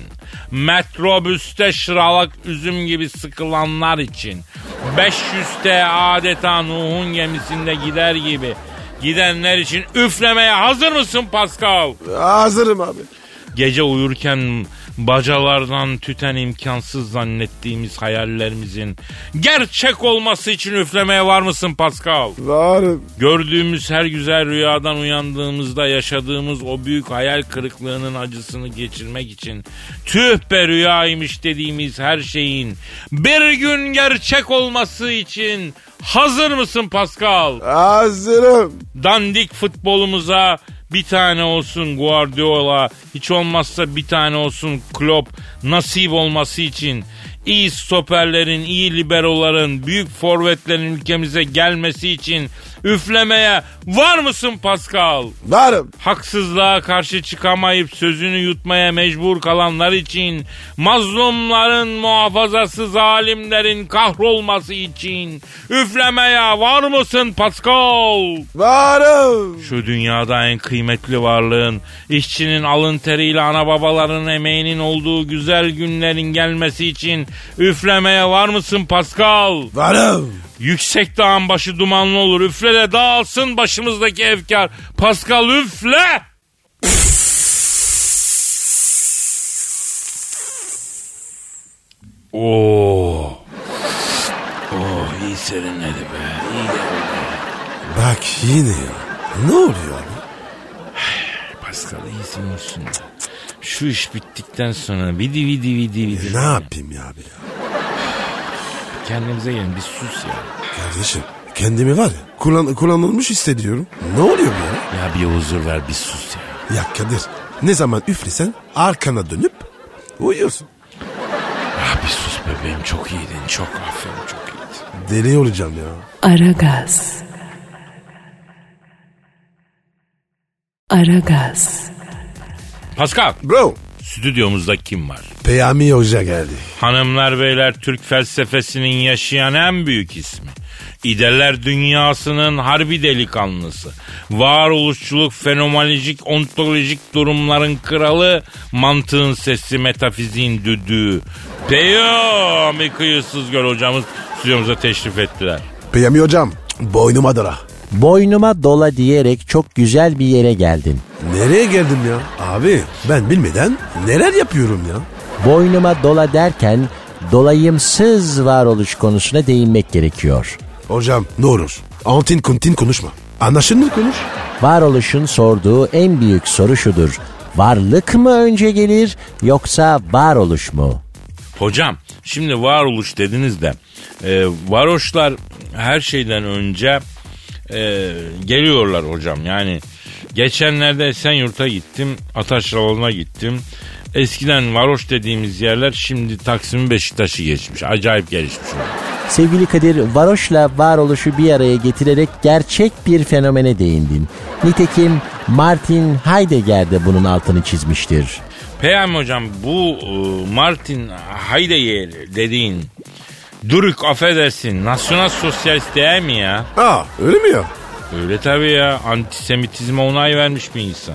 metrobüste şıralık üzüm gibi sıkılanlar için, beş yüzde adeta Nuh'un gemisinde gider gibi gidenler için üflemeye hazır mısın Pascal? Hazırım abi. Gece uyurken bacalardan tüten imkansız zannettiğimiz hayallerimizin gerçek olması için üflemeye var mısın Pascal? Varım. Gördüğümüz her güzel rüyadan uyandığımızda yaşadığımız o büyük hayal kırıklığının acısını geçirmek için tüh be rüyaymış dediğimiz her şeyin bir gün gerçek olması için hazır mısın Pascal? Hazırım. Dandik futbolumuza bir tane olsun Guardiola, hiç olmazsa bir tane olsun Klopp nasip olması için, iyi stoperlerin, iyi liberoların, büyük forvetlerin ülkemize gelmesi için üflemeye var mısın Pascal? Varım. Haksızlığa karşı çıkamayıp sözünü yutmaya mecbur kalanlar için, mazlumların muhafazası zalimlerin kahrolması için üflemeye var mısın Pascal? Varım. Şu dünyada en kıymetli varlığın, işçinin alın teriyle ana babaların emeğinin olduğu güzel günlerin gelmesi için üflemeye var mısın Pascal? Varım. Yüksek dağın başı dumanlı olur, üfle de dağılsın başımızdaki efkar. Pascal üfle! Oo. Oh, iyi serinledi be. İyi geldi. Bak yine ya. Ne oluyor abi? Pascal iyisin olsun. Şu iş bittikten sonra vidi vidi vidi vidi. Ne yapayım ya abi ya? Kendimize gelin bir sus ya. Kardeşim kendimi var ya kullan, kullanılmış hissediyorum. Ne oluyor bu ya? Ya bir huzur ver bir sus ya. Ya Kadir ne zaman üflesen arkana dönüp uyuyorsun. Ah bir sus bebeğim çok iyiydin çok aferin çok iyiydin. Deli olacağım ya. Aragaz. Aragaz. Pascal. Bro. Stüdyomuzda kim var? Peyami Hoca geldi. Hanımlar beyler Türk felsefesinin yaşayan en büyük ismi. İdeler dünyasının harbi delikanlısı. Varoluşçuluk, fenomenolojik, ontolojik durumların kralı, mantığın sesi, metafiziğin düdüğü. Peyami Kıyısız Göl hocamız stüdyomuza teşrif ettiler. Peyami Hocam boynuma dola. Boynuma dola diyerek çok güzel bir yere geldin. Nereye geldim ya? Abi ben bilmeden neler yapıyorum ya? Boynuma dola derken dolayımsız varoluş konusuna değinmek gerekiyor. Hocam ne olur antin kuntin konuşma. Anlaşılır konuş. Varoluşun sorduğu en büyük soru şudur. Varlık mı önce gelir yoksa varoluş mu? Hocam şimdi varoluş dediniz de e, varoşlar her şeyden önce e, geliyorlar hocam. Yani geçenlerde Esenyurt'a gittim, Ataşralı'na gittim. Eskiden varoş dediğimiz yerler şimdi Taksim Beşiktaş'ı geçmiş. Acayip gelişmiş. Sevgili Kadir, varoşla varoluşu bir araya getirerek gerçek bir fenomene değindin. Nitekim Martin Heidegger de bunun altını çizmiştir. Peyami hocam bu e, Martin Heidegger dediğin Dürük affedersin nasyonal sosyalist değil mi ya? Aa öyle mi ya? Öyle tabii ya, antisemitizme onay vermiş bir insan.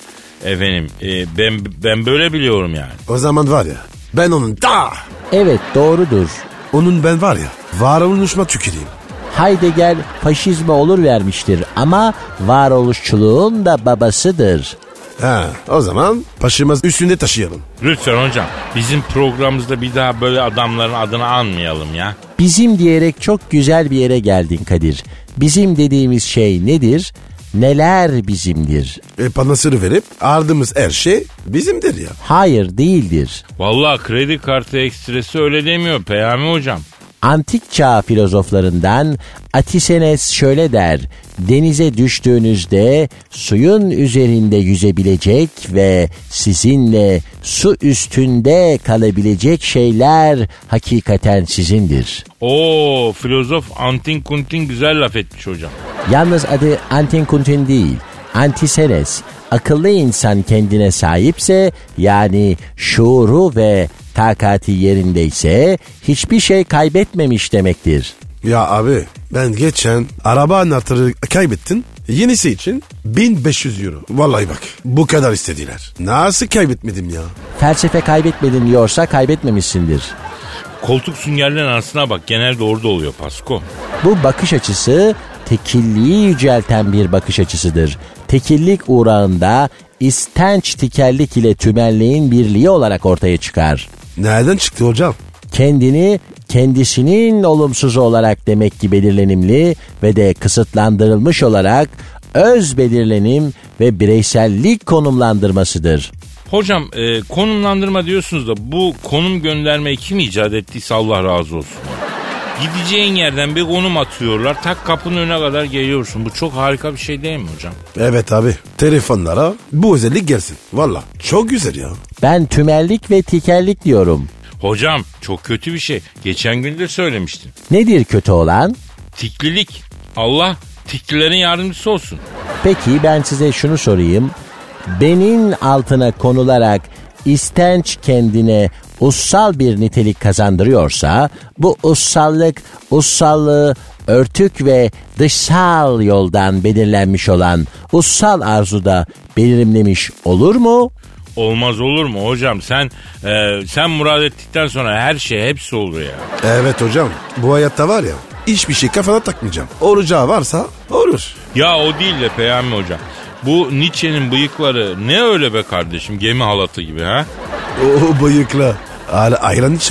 Efendim e, ben ben böyle biliyorum yani. O zaman var ya ben onun da. Evet doğrudur. Onun ben var ya varoluşma tüküreyim. Heidegger faşizme olur vermiştir ama varoluşçuluğun da babasıdır. Ha, o zaman başımız üstünde taşıyalım. Lütfen hocam bizim programımızda bir daha böyle adamların adını anmayalım ya. Bizim diyerek çok güzel bir yere geldin Kadir. Bizim dediğimiz şey nedir? Neler bizimdir? E panasırı verip ardımız her şey bizimdir ya. Hayır değildir. Vallahi kredi kartı ekstresi öyle demiyor Peyami hocam. Antik çağ filozoflarından Atisenes şöyle der. Denize düştüğünüzde suyun üzerinde yüzebilecek ve sizinle su üstünde kalabilecek şeyler hakikaten sizindir. Oo filozof Antin Kuntin güzel laf etmiş hocam. Yalnız adı Antin Kuntin değil, Antisenes. Akıllı insan kendine sahipse, yani şuuru ve takati yerindeyse hiçbir şey kaybetmemiş demektir. Ya abi ben geçen araba anahtarı kaybettim. Yenisi için bin beş yüz euro. Vallahi bak bu kadar istediler. Nasıl kaybetmedim ya? Felsefe kaybetmedin diyorsa kaybetmemişsindir. Koltuk süngerlerin arasına bak, genelde orada oluyor Pasko. Bu bakış açısı tekilliği yücelten bir bakış açısıdır. Tekillik uğrağında istenç tikellik ile tümelliğin birliği olarak ortaya çıkar. Nereden çıktı hocam? Kendini kendisinin olumsuzu olarak demek ki belirlenimli ve de kısıtlandırılmış olarak öz belirlenim ve bireysellik konumlandırmasıdır. Hocam e, konumlandırma diyorsunuz da bu konum göndermeyi kim icat ettiyse Allah razı olsun. Gideceğin yerden bir konum atıyorlar, tak kapının önüne kadar geliyorsun. Bu çok harika bir şey değil mi hocam? Evet abi, telefonlara bu özellik gelsin. Valla çok güzel ya. Ben tümellik ve tikellik diyorum. Hocam çok kötü bir şey. Geçen gün de söylemiştin. Nedir kötü olan? Tiklilik. Allah tiklilerin yardımcısı olsun. Peki ben size şunu sorayım. Benin altına konularak istenç kendine ussal bir nitelik kazandırıyorsa, bu ussallık, ussallığı örtük ve dışsal yoldan belirlenmiş olan ussal arzuda belirlemiş olur mu? Olmaz olur mu hocam? Sen e, sen murad ettikten sonra her şey hepsi olur ya. Evet hocam, bu hayatta var ya hiçbir şey kafana takmayacağım. Olacağı varsa olur. Ya o değil de Peyami hocam. Bu Nietzsche'nin bıyıkları ne öyle be kardeşim, gemi halatı gibi ha? O bıyıkla hala ayran içemez.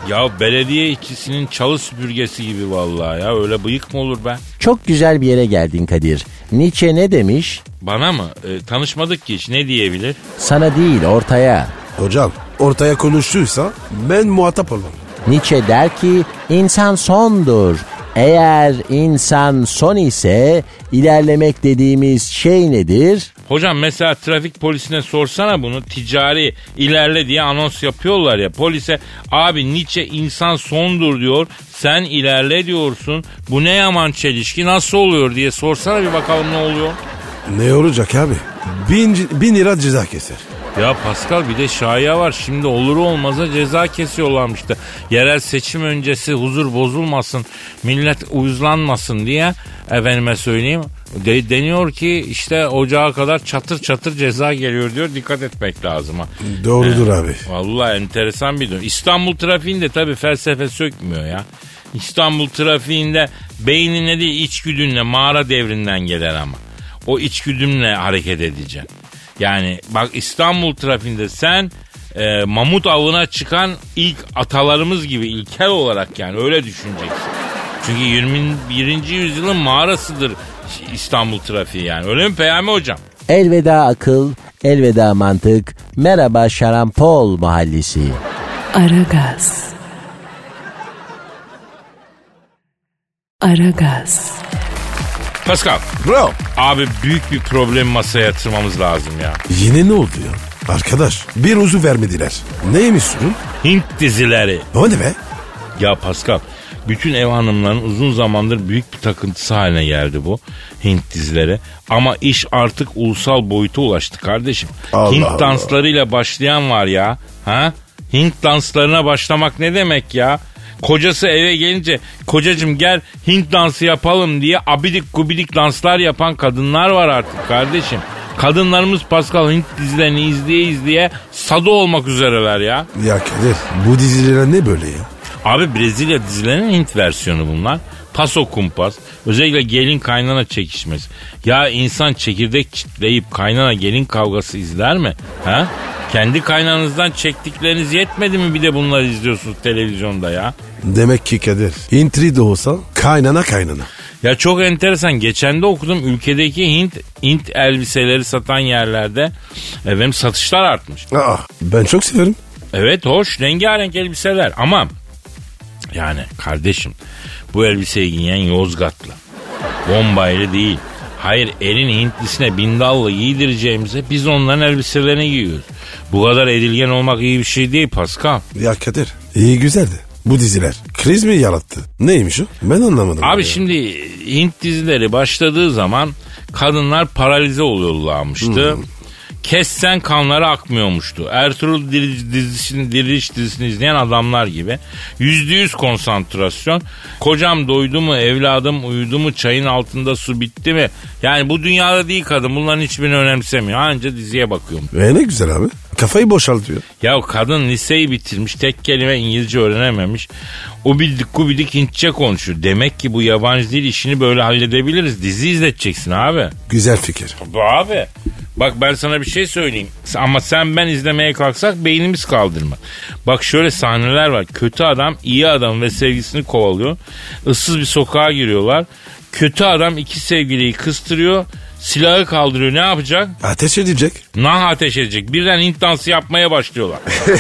Ya belediye işçisinin çalı süpürgesi gibi vallahi ya. Öyle bıyık mı olur be? Çok güzel bir yere geldin Kadir. Nietzsche ne demiş? Bana mı? E, tanışmadık ki hiç. Ne diyebilir? Sana değil, ortaya. Hocam ortaya konuştuysa ben muhatap olmam. Nietzsche der ki insan sondur. Eğer insan son ise ilerlemek dediğimiz şey nedir? Hocam mesela trafik polisine sorsana bunu. Ticari ilerle diye anons yapıyorlar ya. Polise abi Nietzsche insan sondur diyor. Sen ilerle diyorsun. Bu ne yaman çelişki, nasıl oluyor diye sorsana bir bakalım ne oluyor. Ne olacak abi? Bin, bin lira ceza keser. Ya Pascal bir de şaya var. Şimdi olur olmaza ceza kesiyorlarmış da. Yerel seçim öncesi huzur bozulmasın, millet uyuzlanmasın diye efendime söyleyeyim. De, deniyor ki işte ocağa kadar çatır çatır ceza geliyor diyor. Dikkat etmek lazım ha. Doğrudur He, abi. Vallahi enteresan bir durum. İstanbul trafiğinde tabii felsefe sökmüyor ya. İstanbul trafiğinde beyninle değil içgüdünle, mağara devrinden gelir ama. O içgüdünle hareket edeceksin. Yani bak İstanbul trafiğinde sen e, mamut avına çıkan ilk atalarımız gibi ilkel olarak yani öyle düşüneceksin. Çünkü yirmi birinci yüzyılın mağarasıdır İstanbul trafiği yani. Öyle mi Peyami hocam? Elveda akıl, elveda mantık. Merhaba Şarampol mahallesi. Aragaz. Aragaz. Pascal. Bro. Abi büyük bir problem masaya yatırmamız lazım ya. Yine ne oldu ya? Arkadaş bir uzu vermediler. Neymiş sorun? Hint dizileri. O ne be? Ya Pascal, bütün ev hanımlarının uzun zamandır büyük bir takıntısı haline geldi bu Hint dizileri. Ama iş artık ulusal boyuta ulaştı kardeşim. Allah Hint Allah. danslarıyla başlayan var ya. Ha? Hint danslarına başlamak ne demek ya? Kocası eve gelince kocacığım gel Hint dansı yapalım diye abidik gubidik danslar yapan kadınlar var artık kardeşim. Kadınlarımız Pascal Hint dizilerini izleye izleye sado olmak üzereler ya. Ya Kadir bu diziler ne böyle ya? Abi Brezilya dizilerinin Hint versiyonu bunlar. Paso kumpas. Özellikle gelin kaynana çekişmesi. Ya insan çekirdek çitleyip kaynana gelin kavgası izler mi? Ha? Kendi kaynanızdan çektikleriniz yetmedi mi bir de bunları izliyorsunuz televizyonda ya? Demek ki Kadir intri de olsa kaynana kaynana. Ya çok enteresan. Geçen de okudum ülkedeki Hint Hint elbiseleri satan yerlerde efendim satışlar artmış. Aa, ben çok severim. Evet hoş rengarenk elbiseler ama yani kardeşim bu elbiseyi giyen Yozgatlı. Bombaylı değil. Hayır elin Hintlisine bindallı giydireceğimize biz onların elbiselerini giyiyoruz. Bu kadar edilgen olmak iyi bir şey değil Pascal. Ya Kadir iyi güzeldi. Bu diziler kriz mi yarattı? Neymiş o? Ben anlamadım. Abi ya. şimdi Hint dizileri başladığı zaman kadınlar paralize oluyorlarmıştı. Hmm. Kessen kanları akmıyormuştu. Ertuğrul dizisini, Diriliş dizisini izleyen adamlar gibi. Yüzde yüz konsantrasyon. Kocam doydu mu, evladım uyudu mu, çayın altında su bitti mi? Yani bu dünyada değil kadın. Bunların hiçbirini önemsemiyor. Anca diziye bakıyorum. E ne güzel abi. Kafayı boşaltıyor. Ya kadın liseyi bitirmiş, tek kelime İngilizce öğrenememiş. O bildik gubidik Hintçe konuşuyor. Demek ki bu yabancı dil işini böyle halledebiliriz. Dizi izleteceksin abi. Güzel fikir. Bu abi. Bak ben sana bir şey söyleyeyim. Ama sen ben izlemeye kalksak beynimiz kaldırmaz. Bak şöyle sahneler var. Kötü adam iyi adam ve sevgisini kovalıyor. Issız bir sokağa giriyorlar. Kötü adam iki sevgiliyi kıstırıyor. Silahı kaldırıyor. Ne yapacak? Ateş edecek. Nah ateş edecek. Birden Hint dansı yapmaya başlıyorlar.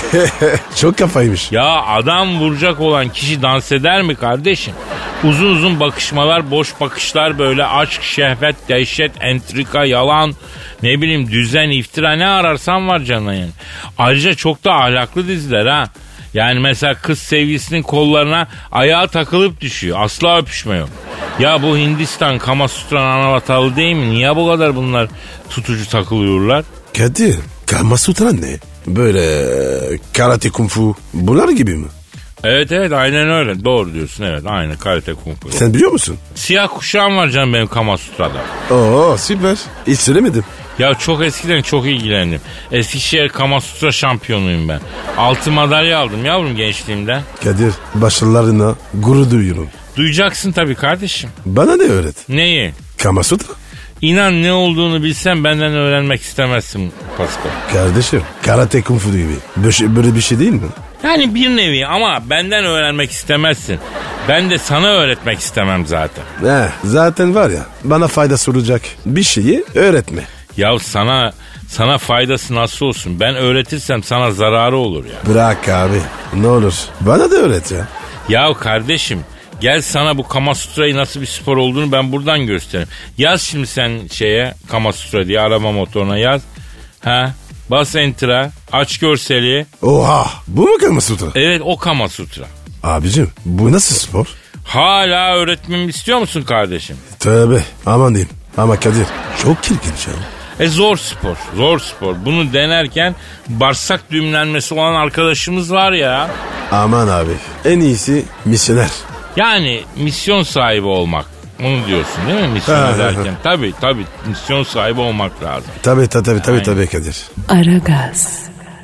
Çok kafaymış. Ya adam vuracak olan kişi dans eder mi kardeşim? Uzun uzun bakışmalar, boş bakışlar böyle aşk, şehvet, dehşet, entrika, yalan, ne bileyim düzen, iftira ne ararsan var canına yani. Ayrıca çok da ahlaklı diziler ha. Yani mesela kız sevgilisinin kollarına ayağı takılıp düşüyor. Asla öpüşme yok. Ya bu Hindistan Kamasutra'nın anavatalı değil mi? Niye bu kadar bunlar tutucu takılıyorlar? Kadir, Kamasutra ne? Böyle karate kung fu bunlar gibi mi? Evet evet aynen öyle. Doğru diyorsun evet. Aynı karate kung fu. Sen biliyor musun? Siyah kuşağım var canım benim Kamasutra'da. Oo süper. Hiç söylemedim. Ya çok eskiden çok ilgilendim. Eskişehir Kamasutra şampiyonuyum ben. Altı madalya aldım yavrum gençliğimde. Kadir başarılarına gurur duyuyorum. Duyacaksın tabii kardeşim. Bana ne öğret? Neyi? Kamasutra. İnan ne olduğunu bilsen benden öğrenmek istemezsin Pascal. Kardeşim karate kung fu gibi. Böyle, böyle bir şey değil mi? Yani bir nevi ama benden öğrenmek istemezsin. Ben de sana öğretmek istemem zaten. He, zaten var ya bana faydası olacak bir şeyi öğretme. Ya sana sana faydası nasıl olsun? Ben öğretirsem sana zararı olur ya. Bırak abi ne olur bana da öğret ya. Ya kardeşim gel sana bu Kama Sutra'yı nasıl bir spor olduğunu ben buradan göstereyim. Yaz şimdi sen şeye Kama Sutra diye araba motoruna yaz. Ha, bas enter'a, aç görseli. Oha bu mu Kama Sutra? Evet o Kama Sutra. Abicim bu nasıl spor? Hala öğretmemi istiyor musun kardeşim? Tövbe aman diyeyim. Ama Kadir çok ilginç ya. E zor spor, zor spor. Bunu denerken bağırsak düğümlenmesi olan arkadaşımız var ya. Aman abi en iyisi misyoner. Yani misyon sahibi olmak. Onu diyorsun değil mi misyon ederken? Tabii tabii misyon sahibi olmak lazım. Tabii tabii tabii tabii, tabii Kadir. Aragaz.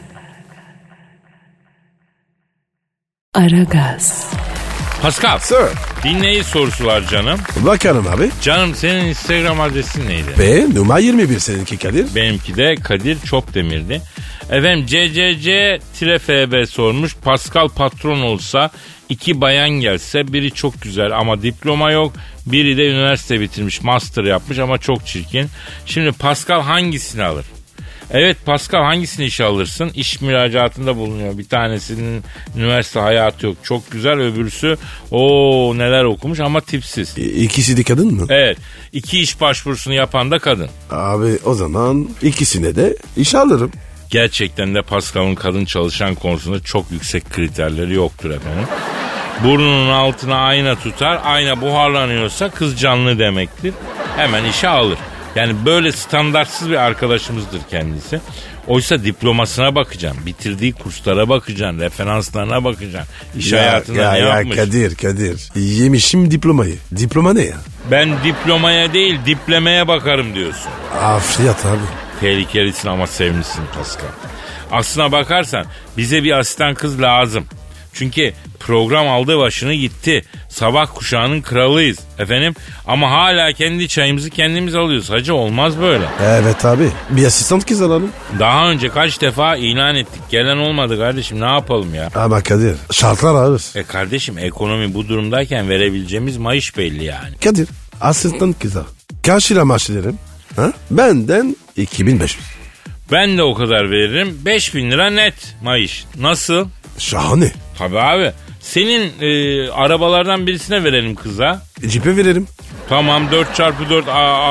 Aragaz. Pascal. Sir. Dinleyici sorusu var canım. Bakalım abi. Canım senin Instagram adresin neydi? Ve numara yirmi bir seninki Kadir. Benimki de Kadir Çopdemir'di. Efendim C C C F B sormuş. Pascal patron olsa iki bayan gelse biri çok güzel ama diploma yok. Biri de üniversite bitirmiş, master yapmış ama çok çirkin. Şimdi Pascal hangisini alır? Evet Pascal hangisini işe alırsın? İş müracaatında bulunuyor. Bir tanesinin üniversite hayatı yok. Çok güzel. Öbürsü o neler okumuş ama tipsiz. İkisi de kadın mı? Evet. İki iş başvurusunu yapan da kadın. Abi o zaman ikisine de iş alırım. Gerçekten de Pascal'ın kadın çalışan konusunda çok yüksek kriterleri yoktur efendim. Burnunun altına ayna tutar. Ayna buharlanıyorsa kız canlı demektir. Hemen işe alır. Yani böyle standartsız bir arkadaşımızdır kendisi. Oysa diplomasına bakacaksın. Bitirdiği kurslara bakacaksın. Referanslarına bakacaksın. İş ya, hayatında ya, ne ya yapmış? Kadir Kadir. Yemişim diplomayı. Diploma ne ya? Ben diplomaya değil diplemeye bakarım diyorsun. Afiyet abi. Tehlikelisin ama sevimlisin Pascal. Aslına bakarsan bize bir asistan kız lazım. Çünkü program aldı başını gitti. Sabah kuşağının kralıyız efendim. Ama hala kendi çayımızı kendimiz alıyoruz. Hacı olmaz böyle. Evet abi. Bir asistan kız alalım. Daha önce kaç defa ilan ettik. Gelen olmadı kardeşim, ne yapalım ya? Ama Kadir şartlar ağır. E kardeşim ekonomi bu durumdayken verebileceğimiz maaş belli yani. Kadir asistan kıza. Kaç lira maaş veririm? Ha? Benden iki bin beş yüz. Ben de o kadar veririm. beş bin lira net maaş. Nasıl? Şahane. Tabii abi. Senin e, arabalardan birisine verelim kıza. E, cipe veririm. Tamam dört çarpı dört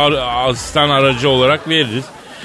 asistan aracı olarak veririz.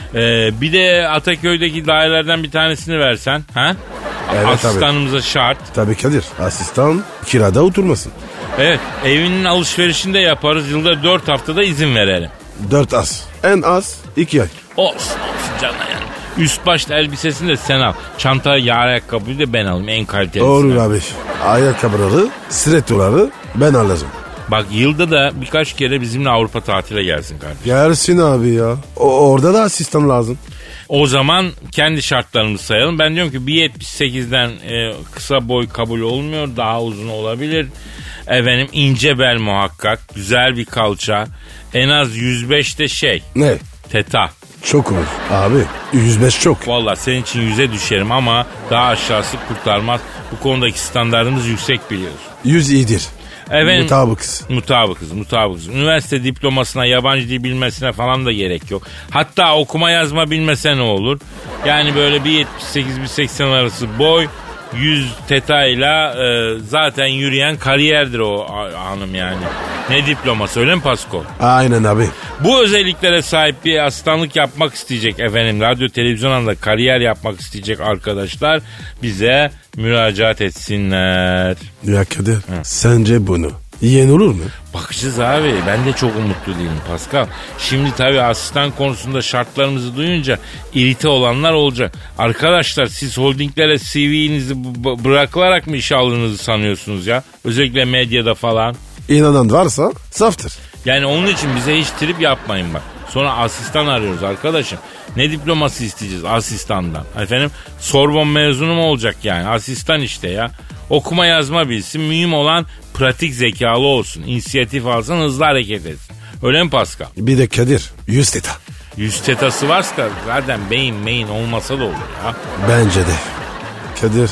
E, bir de Ataköy'deki dairelerden bir tanesini versen. Ha? Evet, asistanımıza tabii. Şart. Tabii Kadir. Asistan kirada oturmasın. Evet evinin alışverişini de yaparız. Yılda dört haftada izin verelim. Dört az. En az iki ay. Olsun olsun canım yani. Üst başta elbisesini de sen al. Çanta, yağ ayakkabıyı da ben alayım en kalitelisi. Doğru abi. Ayakkabıları, stilettoları ben alırım. Bak yılda da birkaç kere bizimle Avrupa tatile gelsin kardeşim. Gelsin abi ya. O, orada da asistan lazım. O zaman kendi şartlarımızı sayalım. Ben diyorum ki bir yetmiş sekizden e, kısa boy kabul olmuyor. Daha uzun olabilir. Efendim ince bel muhakkak. Güzel bir kalça. En az yüz beşte şey. Ne? Teta. Çok olur. Abi yüz beş çok. Valla senin için yüze düşerim ama daha aşağısı kurtarmaz. Bu konudaki standartımız yüksek biliyoruz. Yüz iyidir. Efendim, mutabıkız. Mutabıkız, mutabıkız. Üniversite diplomasına, yabancı dil bilmesine falan da gerek yok. Hatta okuma yazma bilmese ne olur? Yani böyle bir yetmiş sekiz bir seksen arası boy, yüz tetayla e, zaten yürüyen kariyerdir o hanım yani. Ne diploması öyle mi Pasko? Aynen abi. Bu özelliklere sahip bir asistanlık yapmak isteyecek efendim. Radyo televizyonda kariyer yapmak isteyecek arkadaşlar bize müracaat etsinler. Ya Kadir, Hı. sence bunu yiyen olur mu? Bakacağız abi. Ben de çok umutlu değilim Pascal. Şimdi tabii asistan konusunda şartlarımızı duyunca irite olanlar olacak. Arkadaşlar siz holdinglere C V'nizi b- bırakılarak mı işe aldığınızı sanıyorsunuz ya? Özellikle medyada falan. İnanan varsa saftır. Yani onun için bize hiç trip yapmayın bak. Sonra asistan arıyoruz arkadaşım. Ne diploması isteyeceğiz asistandan? Efendim Sorbon mezunu mu olacak yani? Asistan işte ya. Okuma yazma bilsin. Mühim olan pratik zekalı olsun. İnisiyatif alsın, hızlı hareket etsin. Öyle mi Pascal? Bir de Kadir, yüz teta. Yüz tetası varsa zaten beyin meyin olmasa da olur ya. Bence de. Kadir,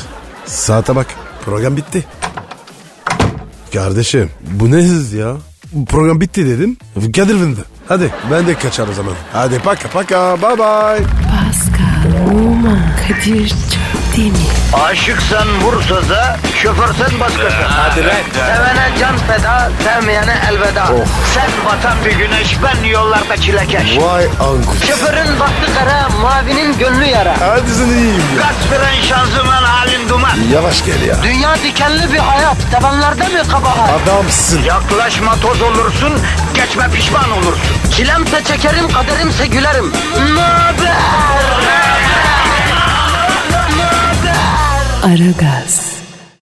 Saate bak. Program bitti. Kardeşim bu ne hız ya? Program bitti dedim. Kadir bindi. Hadi ben de kaçar o zaman. Hadi paka paka bye bye. Pascal, Oman, Kadir çok değil mi? Aşıksan vursa da, şoförsen başkasın. Hadi lan. Sevene can feda, sevmeyene elveda. Sen batan bir güneş, ben yollarda çilekeş. Vay anku. Şoförün baktı kara, mavinin gönlü yara. Hadi sen iyiyim ya. Kasperen şanzıman halin duman. Yavaş gel ya. Dünya dikenli bir hayat, sevenlerde mi kabahar? Adamsın. Yaklaşma toz olursun, geçme pişman olursun. Çilemse çekerim, kaderimse gülerim. Möber! Aragaz.